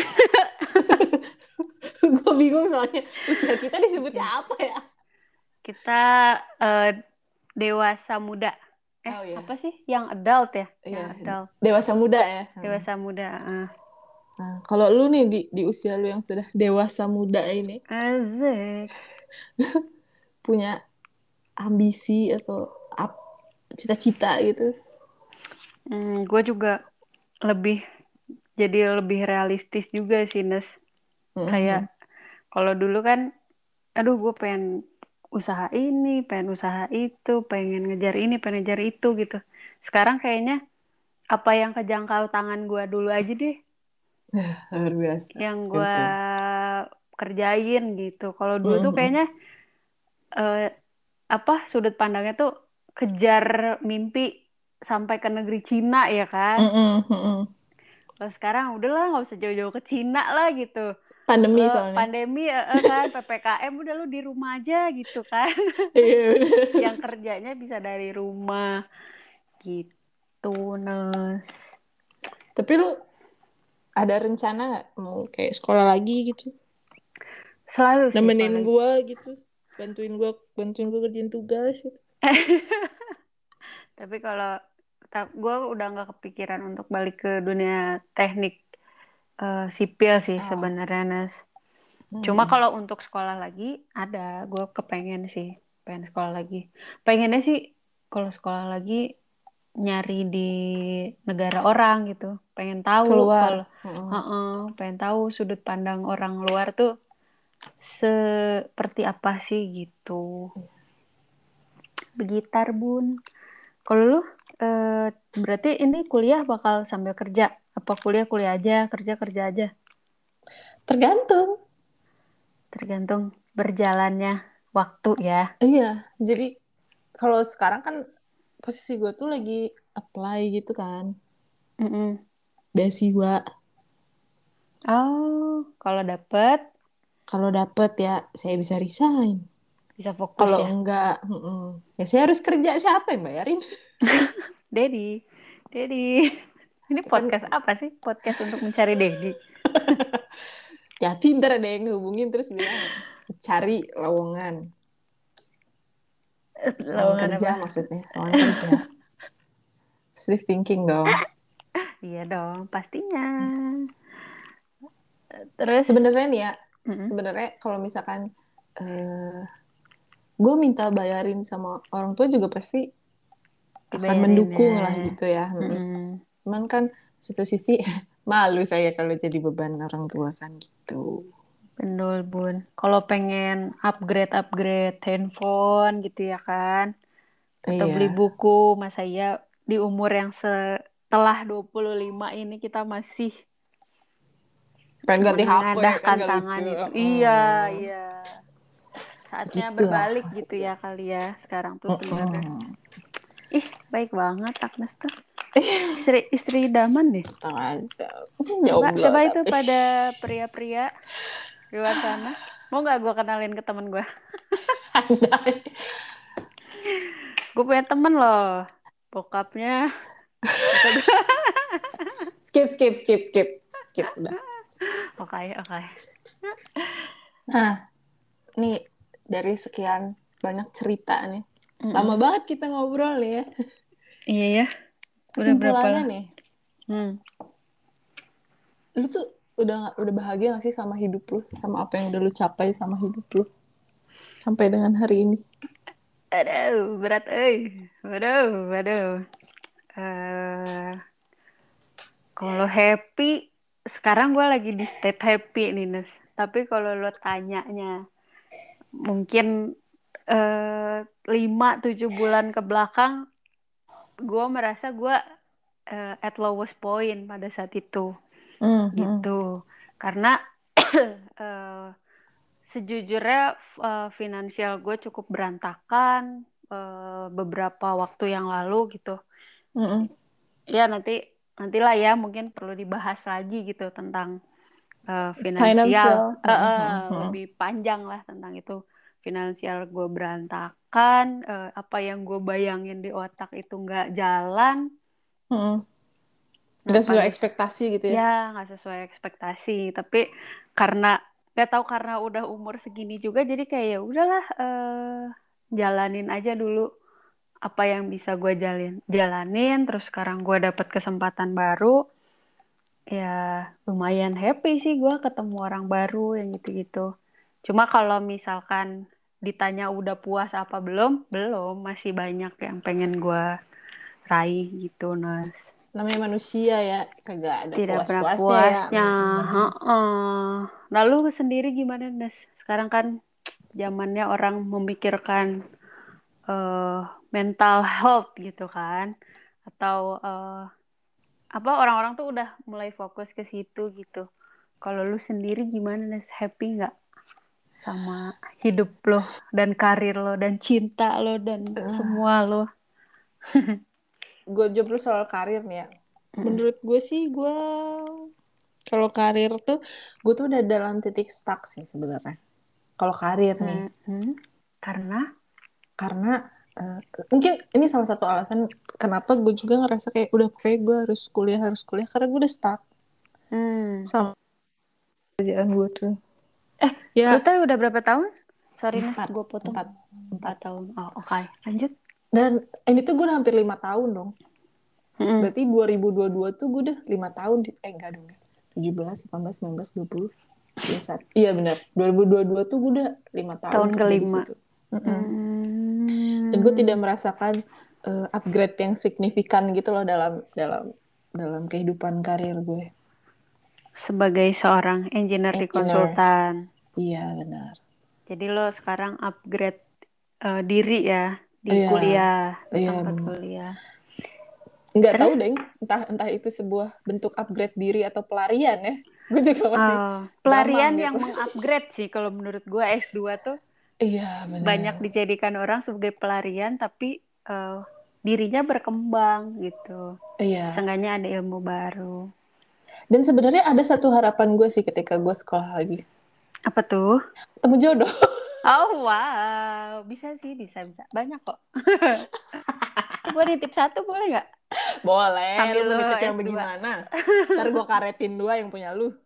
Gue bingung soalnya usia kita disebutnya Oke. apa ya? Kita eh, dewasa muda. Eh, Oh apa ya, sih? Yang adult ya? iya, Yang adult. dewasa muda ya. Hmm. Dewasa muda. ah. Nah, kalau lu nih di, di usia lu yang sudah dewasa muda ini Asik. punya ambisi atau ap- cita-cita gitu. Hmm, gue juga lebih jadi lebih realistis juga sih, Nes. Mhm. Kayak kalau dulu kan, aduh gue pengen usaha ini, pengen usaha itu, pengen ngejar ini, pengen ngejar itu gitu. Sekarang kayaknya apa yang kejangkau tangan gue dulu aja deh, Luar biasa. yang gue Itu. kerjain gitu. Kalau dulu tuh Mhm. kayaknya eh, apa sudut pandangnya tuh kejar mimpi sampai ke negeri Cina ya kan. Mhm, mhm. Kalau sekarang udahlah nggak usah jauh-jauh ke Cina lah gitu. Lo Pandemi soalnya. pandemi eh, eh, kan P P K M udah lo di rumah aja gitu kan. Iya. Yang kerjanya bisa dari rumah gitu. Nah, Tapi lu ada rencana nggak mau kayak sekolah lagi gitu? selalu sih kalau Nemenin lagi. gua gitu. Bantuin gua, bantuin gua kerjain tugas gitu. Tapi kalau gue udah nggak kepikiran untuk balik ke dunia teknik eh, sipil sih Ah. sebenarnya Nas. Cuma Mhm. kalau untuk sekolah lagi ada, gue kepengen sih, pengen sekolah lagi. Pengennya sih kalau sekolah lagi nyari di negara orang gitu. Pengen tahu kalau, Keluar. Mhm. heeh, pengen tahu sudut pandang orang luar tuh seperti apa sih gitu. Begitar bun. Kalau lu eh, berarti ini kuliah bakal sambil kerja? Apa kuliah kuliah aja, kerja kerja aja? Tergantung. Tergantung berjalannya waktu ya. Iya, jadi kalau sekarang kan posisi gue tuh lagi apply gitu kan, Mm-mm. beasiswa. Oh, kalau dapet Kalau dapet ya saya bisa resign. bisa fokus Kalau ya. enggak, mm-mm, ya saya harus kerja, siapa yang bayarin? Dedi, Dedi. Ini Kan podcast apa sih? Podcast untuk mencari Dedi. Ya ntar ada yang ngehubungin terus bilang cari lowongan. Lowongan Lowongan kerja apa? maksudnya, lowongan kerja. Positive thinking dong. Iya dong, pastinya. Terus, Sebenarnya nih ya, mm-mm, sebenarnya kalau misalkan uh, gue minta bayarin sama orang tua juga pasti akan dibayarin ya. mendukung lah gitu ya. Mm-mm. Cuman kan satu sisi malu saya kalau jadi beban orang tua kan gitu. Betul, Bun. Kalau pengen upgrade-upgrade handphone gitu ya kan, atau beli Iya, buku, masa iya di umur yang setelah dua puluh lima ini kita masih pengen ganti H P kan menengadahkan gak lucu. tangan itu. Iya, Mm. iya. Saatnya Gitulah berbalik gitu maksudnya. ya kali ya sekarang tuh sebenarnya. Mm-mm. Ih, baik banget Agnes tuh. Istri istri idaman deh. Tenang aja. Coba Jomblo coba itu tapi. pada pria-pria di luar sana. Mau nggak gue kenalin ke temen gue? Andai. Gue punya temen loh. Bokapnya bisa gue. Skip, skip, skip, skip. Skip udah. Oke, oke. Nah, nih dari sekian banyak cerita nih. Lama Mm-mm. banget kita ngobrol nih ya. Iya ya. Udah berapa Kesimpulannya lah? nih, Hmm. lu tuh udah udah bahagia gak sih sama hidup lu, sama apa yang udah lu capai sama hidup lu sampai dengan hari ini? Aduh, berat, eh. Waduh, waduh. Eh, kalau happy, sekarang gue lagi di state happy nih, Nes. Tapi kalau lo tanyanya, mungkin eh, lima tujuh bulan ke belakang, gue merasa gue eh, at lowest point pada saat itu, Mhm. gitu. Karena eh, sejujurnya eh, finansial gue cukup berantakan eh, beberapa waktu yang lalu gitu. Mhm. Ya nanti nantilah ya mungkin perlu dibahas lagi gitu tentang eh, finansial. Financial. Eh, Mhm. eh, Mhm. lebih panjang lah tentang itu. Finansial gue berantakan, eh, apa yang gue bayangin di otak itu nggak jalan. Mhm. Nah Gak sesuai pada ekspektasi gitu ya? ya nggak sesuai ekspektasi. Tapi karena nggak tahu karena udah umur segini juga, jadi kayak ya udahlah eh, jalanin aja dulu apa yang bisa gue jalin jalanin. Terus sekarang gue dapet kesempatan baru. Ya lumayan happy sih gue ketemu orang baru yang gitu-gitu. Cuma kalau misalkan ditanya udah puas apa belum, belum, masih banyak yang pengen gue raih gitu, Nas. Namanya manusia ya, kagak ada Tidak pernah puas-puasnya ya. puasnya. Mm-mm. Heeh. Lalu sendiri gimana, Nas? Sekarang kan zamannya orang memikirkan eh, mental health gitu kan, atau eh, apa orang-orang tuh udah mulai fokus ke situ gitu. Kalau lu sendiri gimana, Nes? Happy nggak sama hidup lo dan karir lo dan cinta lo dan semua lo? Gue jawab dulu soal karir nih ya. Mm-mm. Menurut gue sih, gue kalau karir tuh, gue tuh udah dalam titik stuck sih sebenarnya. Kalau karir nih, Mm-mm. Karena karena eh, mungkin ini salah satu alasan kenapa gue juga ngerasa kayak udah kayak gue harus kuliah harus kuliah karena gue udah stuck hmm. sama kerjaan gue tuh. Eh, lu Ya tahu udah berapa tahun? Sorry Nes, empat, gue potong. empat, empat. Empat tahun. Oh, oke. Okay. Lanjut. Dan ini tuh gue udah hampir lima tahun dong. Mm-mm. Berarti dua ribu dua puluh dua tuh gue udah lima tahun. Di, eh enggak dong. tujuh belas, delapan belas, sembilan belas, dua puluh, dua puluh satu. Iya benar. dua ribu dua puluh dua tuh gue udah lima tahun Tahun kerja di kelima. situ. Mm-mm. Dan gue tidak Hmm. merasakan uh, upgrade yang signifikan gitu loh dalam dalam dalam kehidupan karir gue. Sebagai seorang engineer di Engineer. konsultan. Iya benar. Jadi lo sekarang upgrade eh, diri ya di Iya, kuliah, di iya tempat benar. kuliah. Nggak tahu Terus deh, entah entah itu sebuah bentuk upgrade diri atau pelarian ya. Gue juga masih eh, gamang pelarian yang gitu. mengupgrade sih kalau menurut gue S dua tuh Iya banyak benar. dijadikan orang sebagai pelarian tapi eh, dirinya berkembang gitu. Iya. Seenggaknya ada ilmu baru. Dan sebenarnya ada satu harapan gue sih ketika gue sekolah lagi. Apa tuh? Ketemu jodoh. Oh wow, bisa sih, bisa bisa. Banyak kok. Gue nitip satu boleh nggak? Boleh, lu Sambil mau lo nitip yang S dua. bagaimana? Ntar gue karetin dua yang punya lu.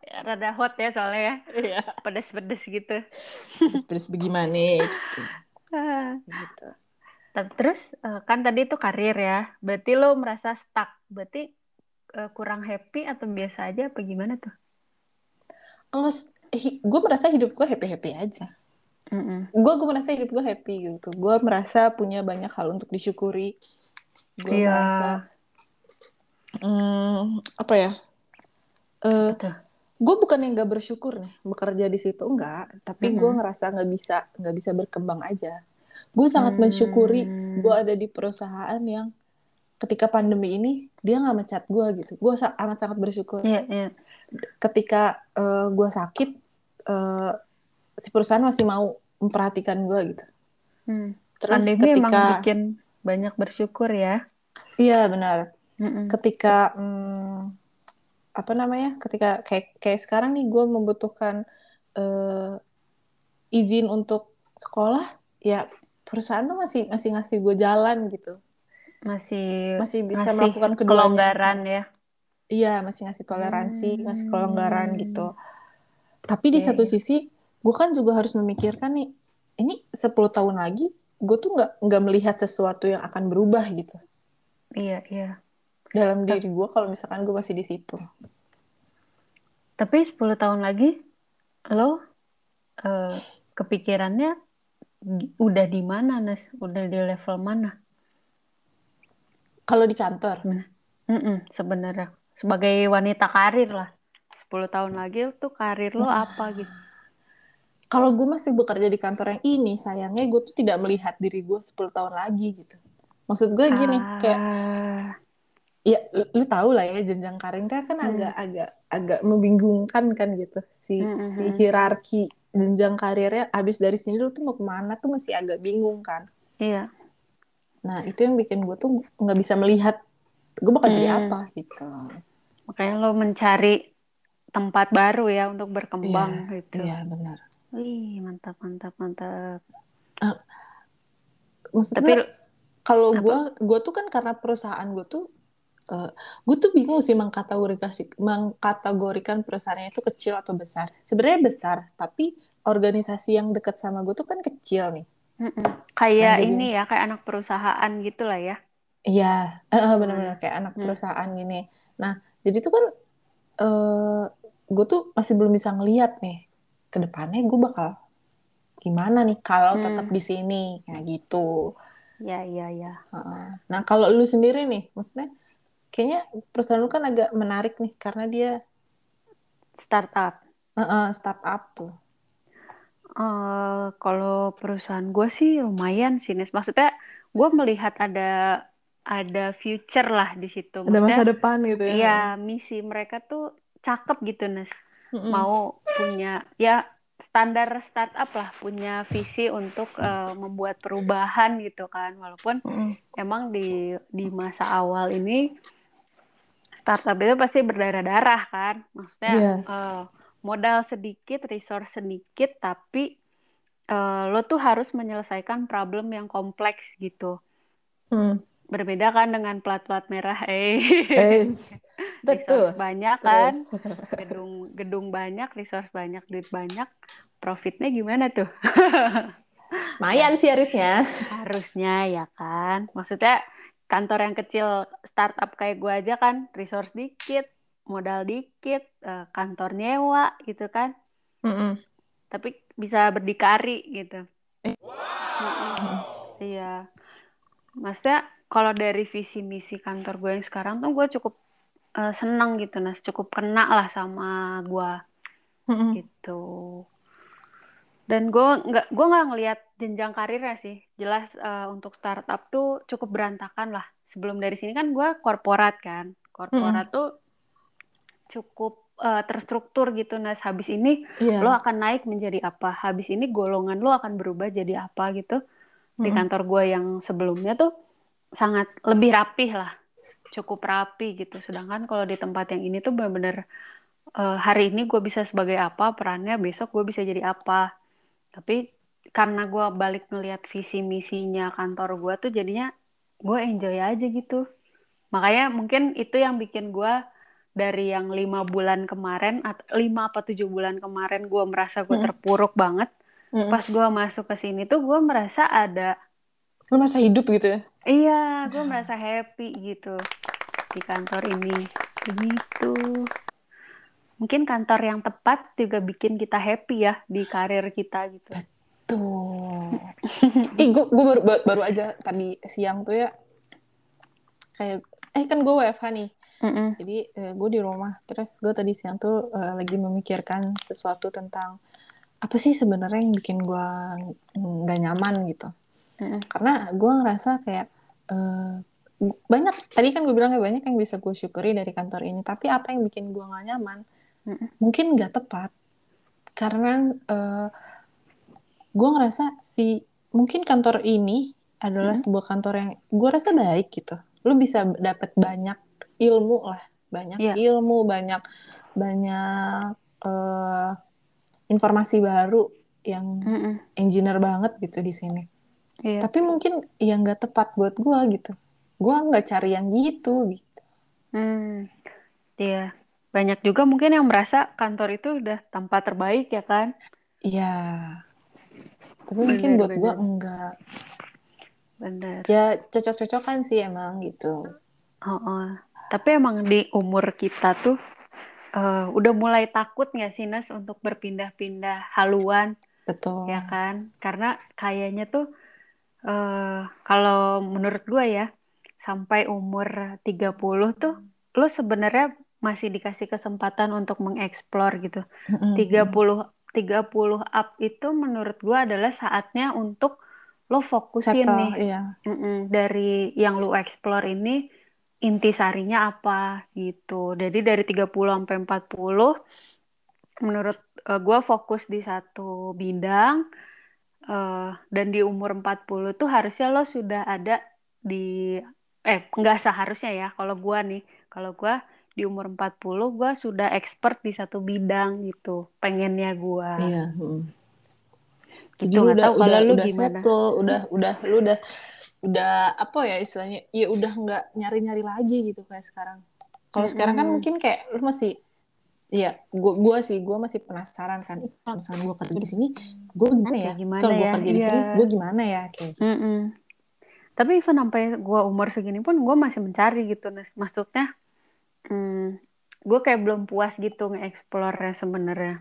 Rada hot ya soalnya ya. Iya. Pedes-pedes gitu. Pedes-pedes bagaimana gitu. Ah. Gitu. Tapi terus eh, kan tadi itu karir ya. Berarti lo merasa stuck. Berarti eh, kurang happy atau biasa aja apa gimana tuh? Kalau gue merasa hidup gue happy-happy aja. Mm-mm. Gue gue merasa hidup gue happy gitu. Gue merasa punya banyak hal untuk disyukuri. Gue Iya, merasa hmm, apa ya? apa eh tuh? gue bukan yang gak bersyukur nih bekerja di situ enggak, tapi gue Mm-mm. ngerasa nggak bisa nggak bisa berkembang aja. Gue sangat mensyukuri gue Hmm, ada di perusahaan yang ketika pandemi ini dia nggak mecat gue gitu. Gue sa- amat sangat bersyukur. iya, iya. Ketika uh, gue sakit, uh, si perusahaan masih mau memperhatikan gue gitu. Hmm. Terus Pandemi emang ketika, bikin banyak bersyukur ya. iya benar, Mm-mm. ketika hmm, apa namanya, ketika kayak kayak sekarang nih gue membutuhkan uh, izin untuk sekolah, ya perusahaan tuh masih masih ngasih gue jalan gitu, Masih masih bisa ngasih melakukan keduanya. kelonggaran ya. Iya, masih ngasih toleransi, ngasih kelonggaran gitu. Hmm, Tapi di iya, satu iya. sisi, gue kan juga harus memikirkan nih, ini sepuluh tahun lagi, gue tuh nggak nggak melihat sesuatu yang akan berubah gitu Iya, iya. dalam Ta- diri gue kalau misalkan gue masih di situ. Tapi sepuluh tahun lagi lo eh, kepikirannya gi- udah di mana, Nas? Udah di level mana? Kalau di kantor, Gimana? Mm-mm, sebenarnya sebagai wanita karir lah. Sepuluh tahun lagi tuh karir lo apa gitu? kalau gue masih bekerja di kantor yang ini, sayangnya gue tuh tidak melihat diri gue sepuluh tahun lagi gitu. Maksud gue gini, kayak Ah, ya lu, lu tahu lah ya jenjang karirnya kan hmm, agak agak agak membingungkan kan gitu si mm, mm, si mm. hierarki jenjang karirnya abis dari sini lu tuh mau kemana tuh masih agak bingung kan. Iya. Nah itu yang bikin gue tuh nggak bisa melihat gue bakal jadi Hmm, apa gitu. makanya lo mencari tempat baru ya untuk Iya, berkembang gitu. iya benar. Wih, mantap, mantap, mantap. Eh, maksud Tapi gue kalau apa? gue gue tuh kan karena perusahaan gue tuh uh, gue tuh bingung sih mengkategorikan mengkategorikan perusahaannya itu kecil atau besar. Sebenarnya besar, tapi organisasi yang dekat sama gue tuh kan kecil nih. Mm-mm. Nah Kayak jadi ini ya, kayak anak perusahaan gitu lah ya. iya, eh, benar-benar Hitungannya. kayak anak Hmm. perusahaan gini. Nah jadi tuh kan uh, gue tuh masih belum bisa ngeliat nih ke depannya gue bakal gimana nih kalau tetap Hmm. di sini kayak gitu. Ya, ya, ya. Heeh. Nah kalau lu sendiri nih, maksudnya kayaknya perusahaan lu kan agak menarik nih karena dia Startup. uh, startup tuh. Eh kalau perusahaan gue sih lumayan sih, Nes. Maksudnya gue melihat ada ada future lah di situ. Ada Maksudnya masa depan gitu ya. ya misi mereka tuh cakep gitu, Nes. Mm-mm. Mau punya ya standar startup lah, punya visi untuk eh, membuat perubahan gitu kan. Walaupun Mm-mm. emang di di masa awal ini startup itu pasti berdarah-darah kan. Maksudnya Iya. eh, modal sedikit, resource sedikit, tapi eh, lo tuh harus menyelesaikan problem yang kompleks gitu. Mm. Berbeda kan dengan plat-plat merah, eh Eh, resource betul. banyak kan, Terus. gedung gedung banyak, resource banyak, duit banyak, profitnya gimana tuh? Lumayan sih harusnya. Harusnya ya kan. Maksudnya kantor yang kecil startup kayak gue aja kan, resource dikit, modal dikit, eh, kantor nyewa gitu kan, Mm-mm. tapi bisa berdikari gitu. Eh, Mm-mm. Iya. Maksudnya kalau dari visi misi kantor gue yang sekarang tuh gue cukup eh, senang gitu, Nas. Cukup kena lah sama gue mm-mm. gitu. Dan gue nggak gue nggak ngelihat jenjang karirnya sih. Jelas eh, untuk startup tuh cukup berantakan lah. Sebelum dari sini kan gue korporat kan. Korporat Mm-mm. tuh cukup eh, terstruktur gitu, Nas. Habis ini lo Iya. akan naik menjadi apa? Habis ini golongan lo akan berubah jadi apa gitu. Di Mm-mm. kantor gue yang sebelumnya tuh sangat lebih rapih lah, cukup rapi gitu. Sedangkan kalau di tempat yang ini tuh benar-benar eh, hari ini gue bisa sebagai apa, perannya besok gue bisa jadi apa. Tapi karena gue balik ngelihat visi misinya kantor gue tuh jadinya gue enjoy aja gitu. Makanya mungkin itu yang bikin gue dari yang lima bulan kemarin atau lima apa tujuh bulan kemarin gue merasa gue Mm-mm. terpuruk banget. Mm-mm. Pas gue masuk ke sini tuh gue merasa ada, Lu masa hidup gitu ya? iya gue merasa happy gitu di kantor ini. Begitu. Mungkin kantor yang tepat juga bikin kita happy ya di karir kita gitu. Tuh. Ih, gue gue baru, baru aja tadi siang tuh ya, kayak eh kan gue W F H nih. Mm-mm. Jadi eh, gue di rumah. Terus gue tadi siang tuh eh, lagi memikirkan sesuatu tentang apa sih sebenarnya yang bikin gue nggak nyaman gitu. Mm-mm. Karena gue ngerasa kayak eh, banyak, tadi kan gue bilang banyak yang bisa gue syukuri dari kantor ini. Tapi apa yang bikin gue nggak nyaman? Mm-mm. Mungkin nggak tepat. Karena eh, gue ngerasa si mungkin kantor ini adalah Mm-mm. sebuah kantor yang gue rasa baik gitu. Lu bisa dapat banyak ilmu lah, banyak Iya. ilmu, banyak banyak eh, informasi baru yang Mm-mm. engineer banget gitu di sini. Iya. Tapi mungkin yang nggak tepat buat gue gitu. Gue nggak cari yang gitu gitu. Hmm. Iya. Banyak juga mungkin yang merasa kantor itu udah tempat terbaik ya kan? Iya, tapi mungkin buat gue Bener-bener. enggak. Bener. Ya cocok-cocokan sih emang gitu. Oh, oh. Tapi emang di umur kita tuh eh, udah mulai takut nggak sih Nas untuk berpindah-pindah haluan ya Betul. kan? Karena kayaknya tuh eh, kalau menurut gue ya sampai umur tiga puluh tuh lo sebenarnya masih dikasih kesempatan untuk mengeksplor gitu. Mm-mm, tiga mm-mm. puluh tiga puluh up itu menurut gue adalah saatnya untuk lo fokusin Settle, nih. iya. Mm-mm, dari yang lo explore ini intisarinya apa gitu. Jadi dari tiga puluh sampai empat puluh menurut gue fokus di satu bidang eh, dan di umur empat puluh tuh harusnya lo sudah ada di eh nggak seharusnya ya kalau gue nih kalau gue di umur empat puluh gue sudah expert di satu bidang gitu pengennya gue Iya. Mm. Jadi gitu lu nggak udah tahu udah kalau lu udah gimana. settle, udah udah lu udah udah apa ya istilahnya? Ya udah nggak nyari-nyari lagi gitu kayak sekarang. Kalau sekarang kan Mm-mm. mungkin kayak lu masih, iya, gua gua sih gua masih penasaran kan. Ih, kalau misalnya gua kerja di sini, gua gimana ya? Kayak gimana Kalau gua ya kerja di iya. sini, gua gimana ya kayak gitu. Mm-mm. Tapi even sampai gue umur segini pun gue masih mencari gitu Nes. Maksudnya hmm, gue kayak belum puas gitu nge-explore sebenarnya.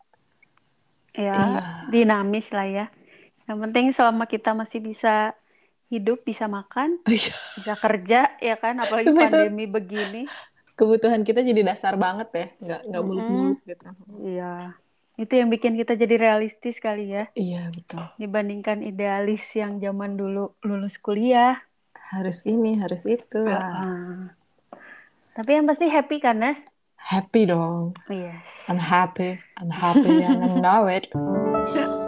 Ya Iya. dinamis lah ya. Yang penting selama kita masih bisa hidup, bisa makan, Iya. bisa kerja, ya kan? Apalagi Cuma itu pandemi begini. kebutuhan kita jadi dasar banget ya, nggak nggak Mm-mm. muluk-muluk gitu. Iya, itu yang bikin kita jadi realistis kali ya. Iya betul. Dibandingkan idealis yang zaman dulu lulus kuliah. Harus ini, harus itu. Wah, Uh-uh. Tapi yang pasti happy kan, Nes? happy dong. Yes. I'm happy. I'm happy and I know it.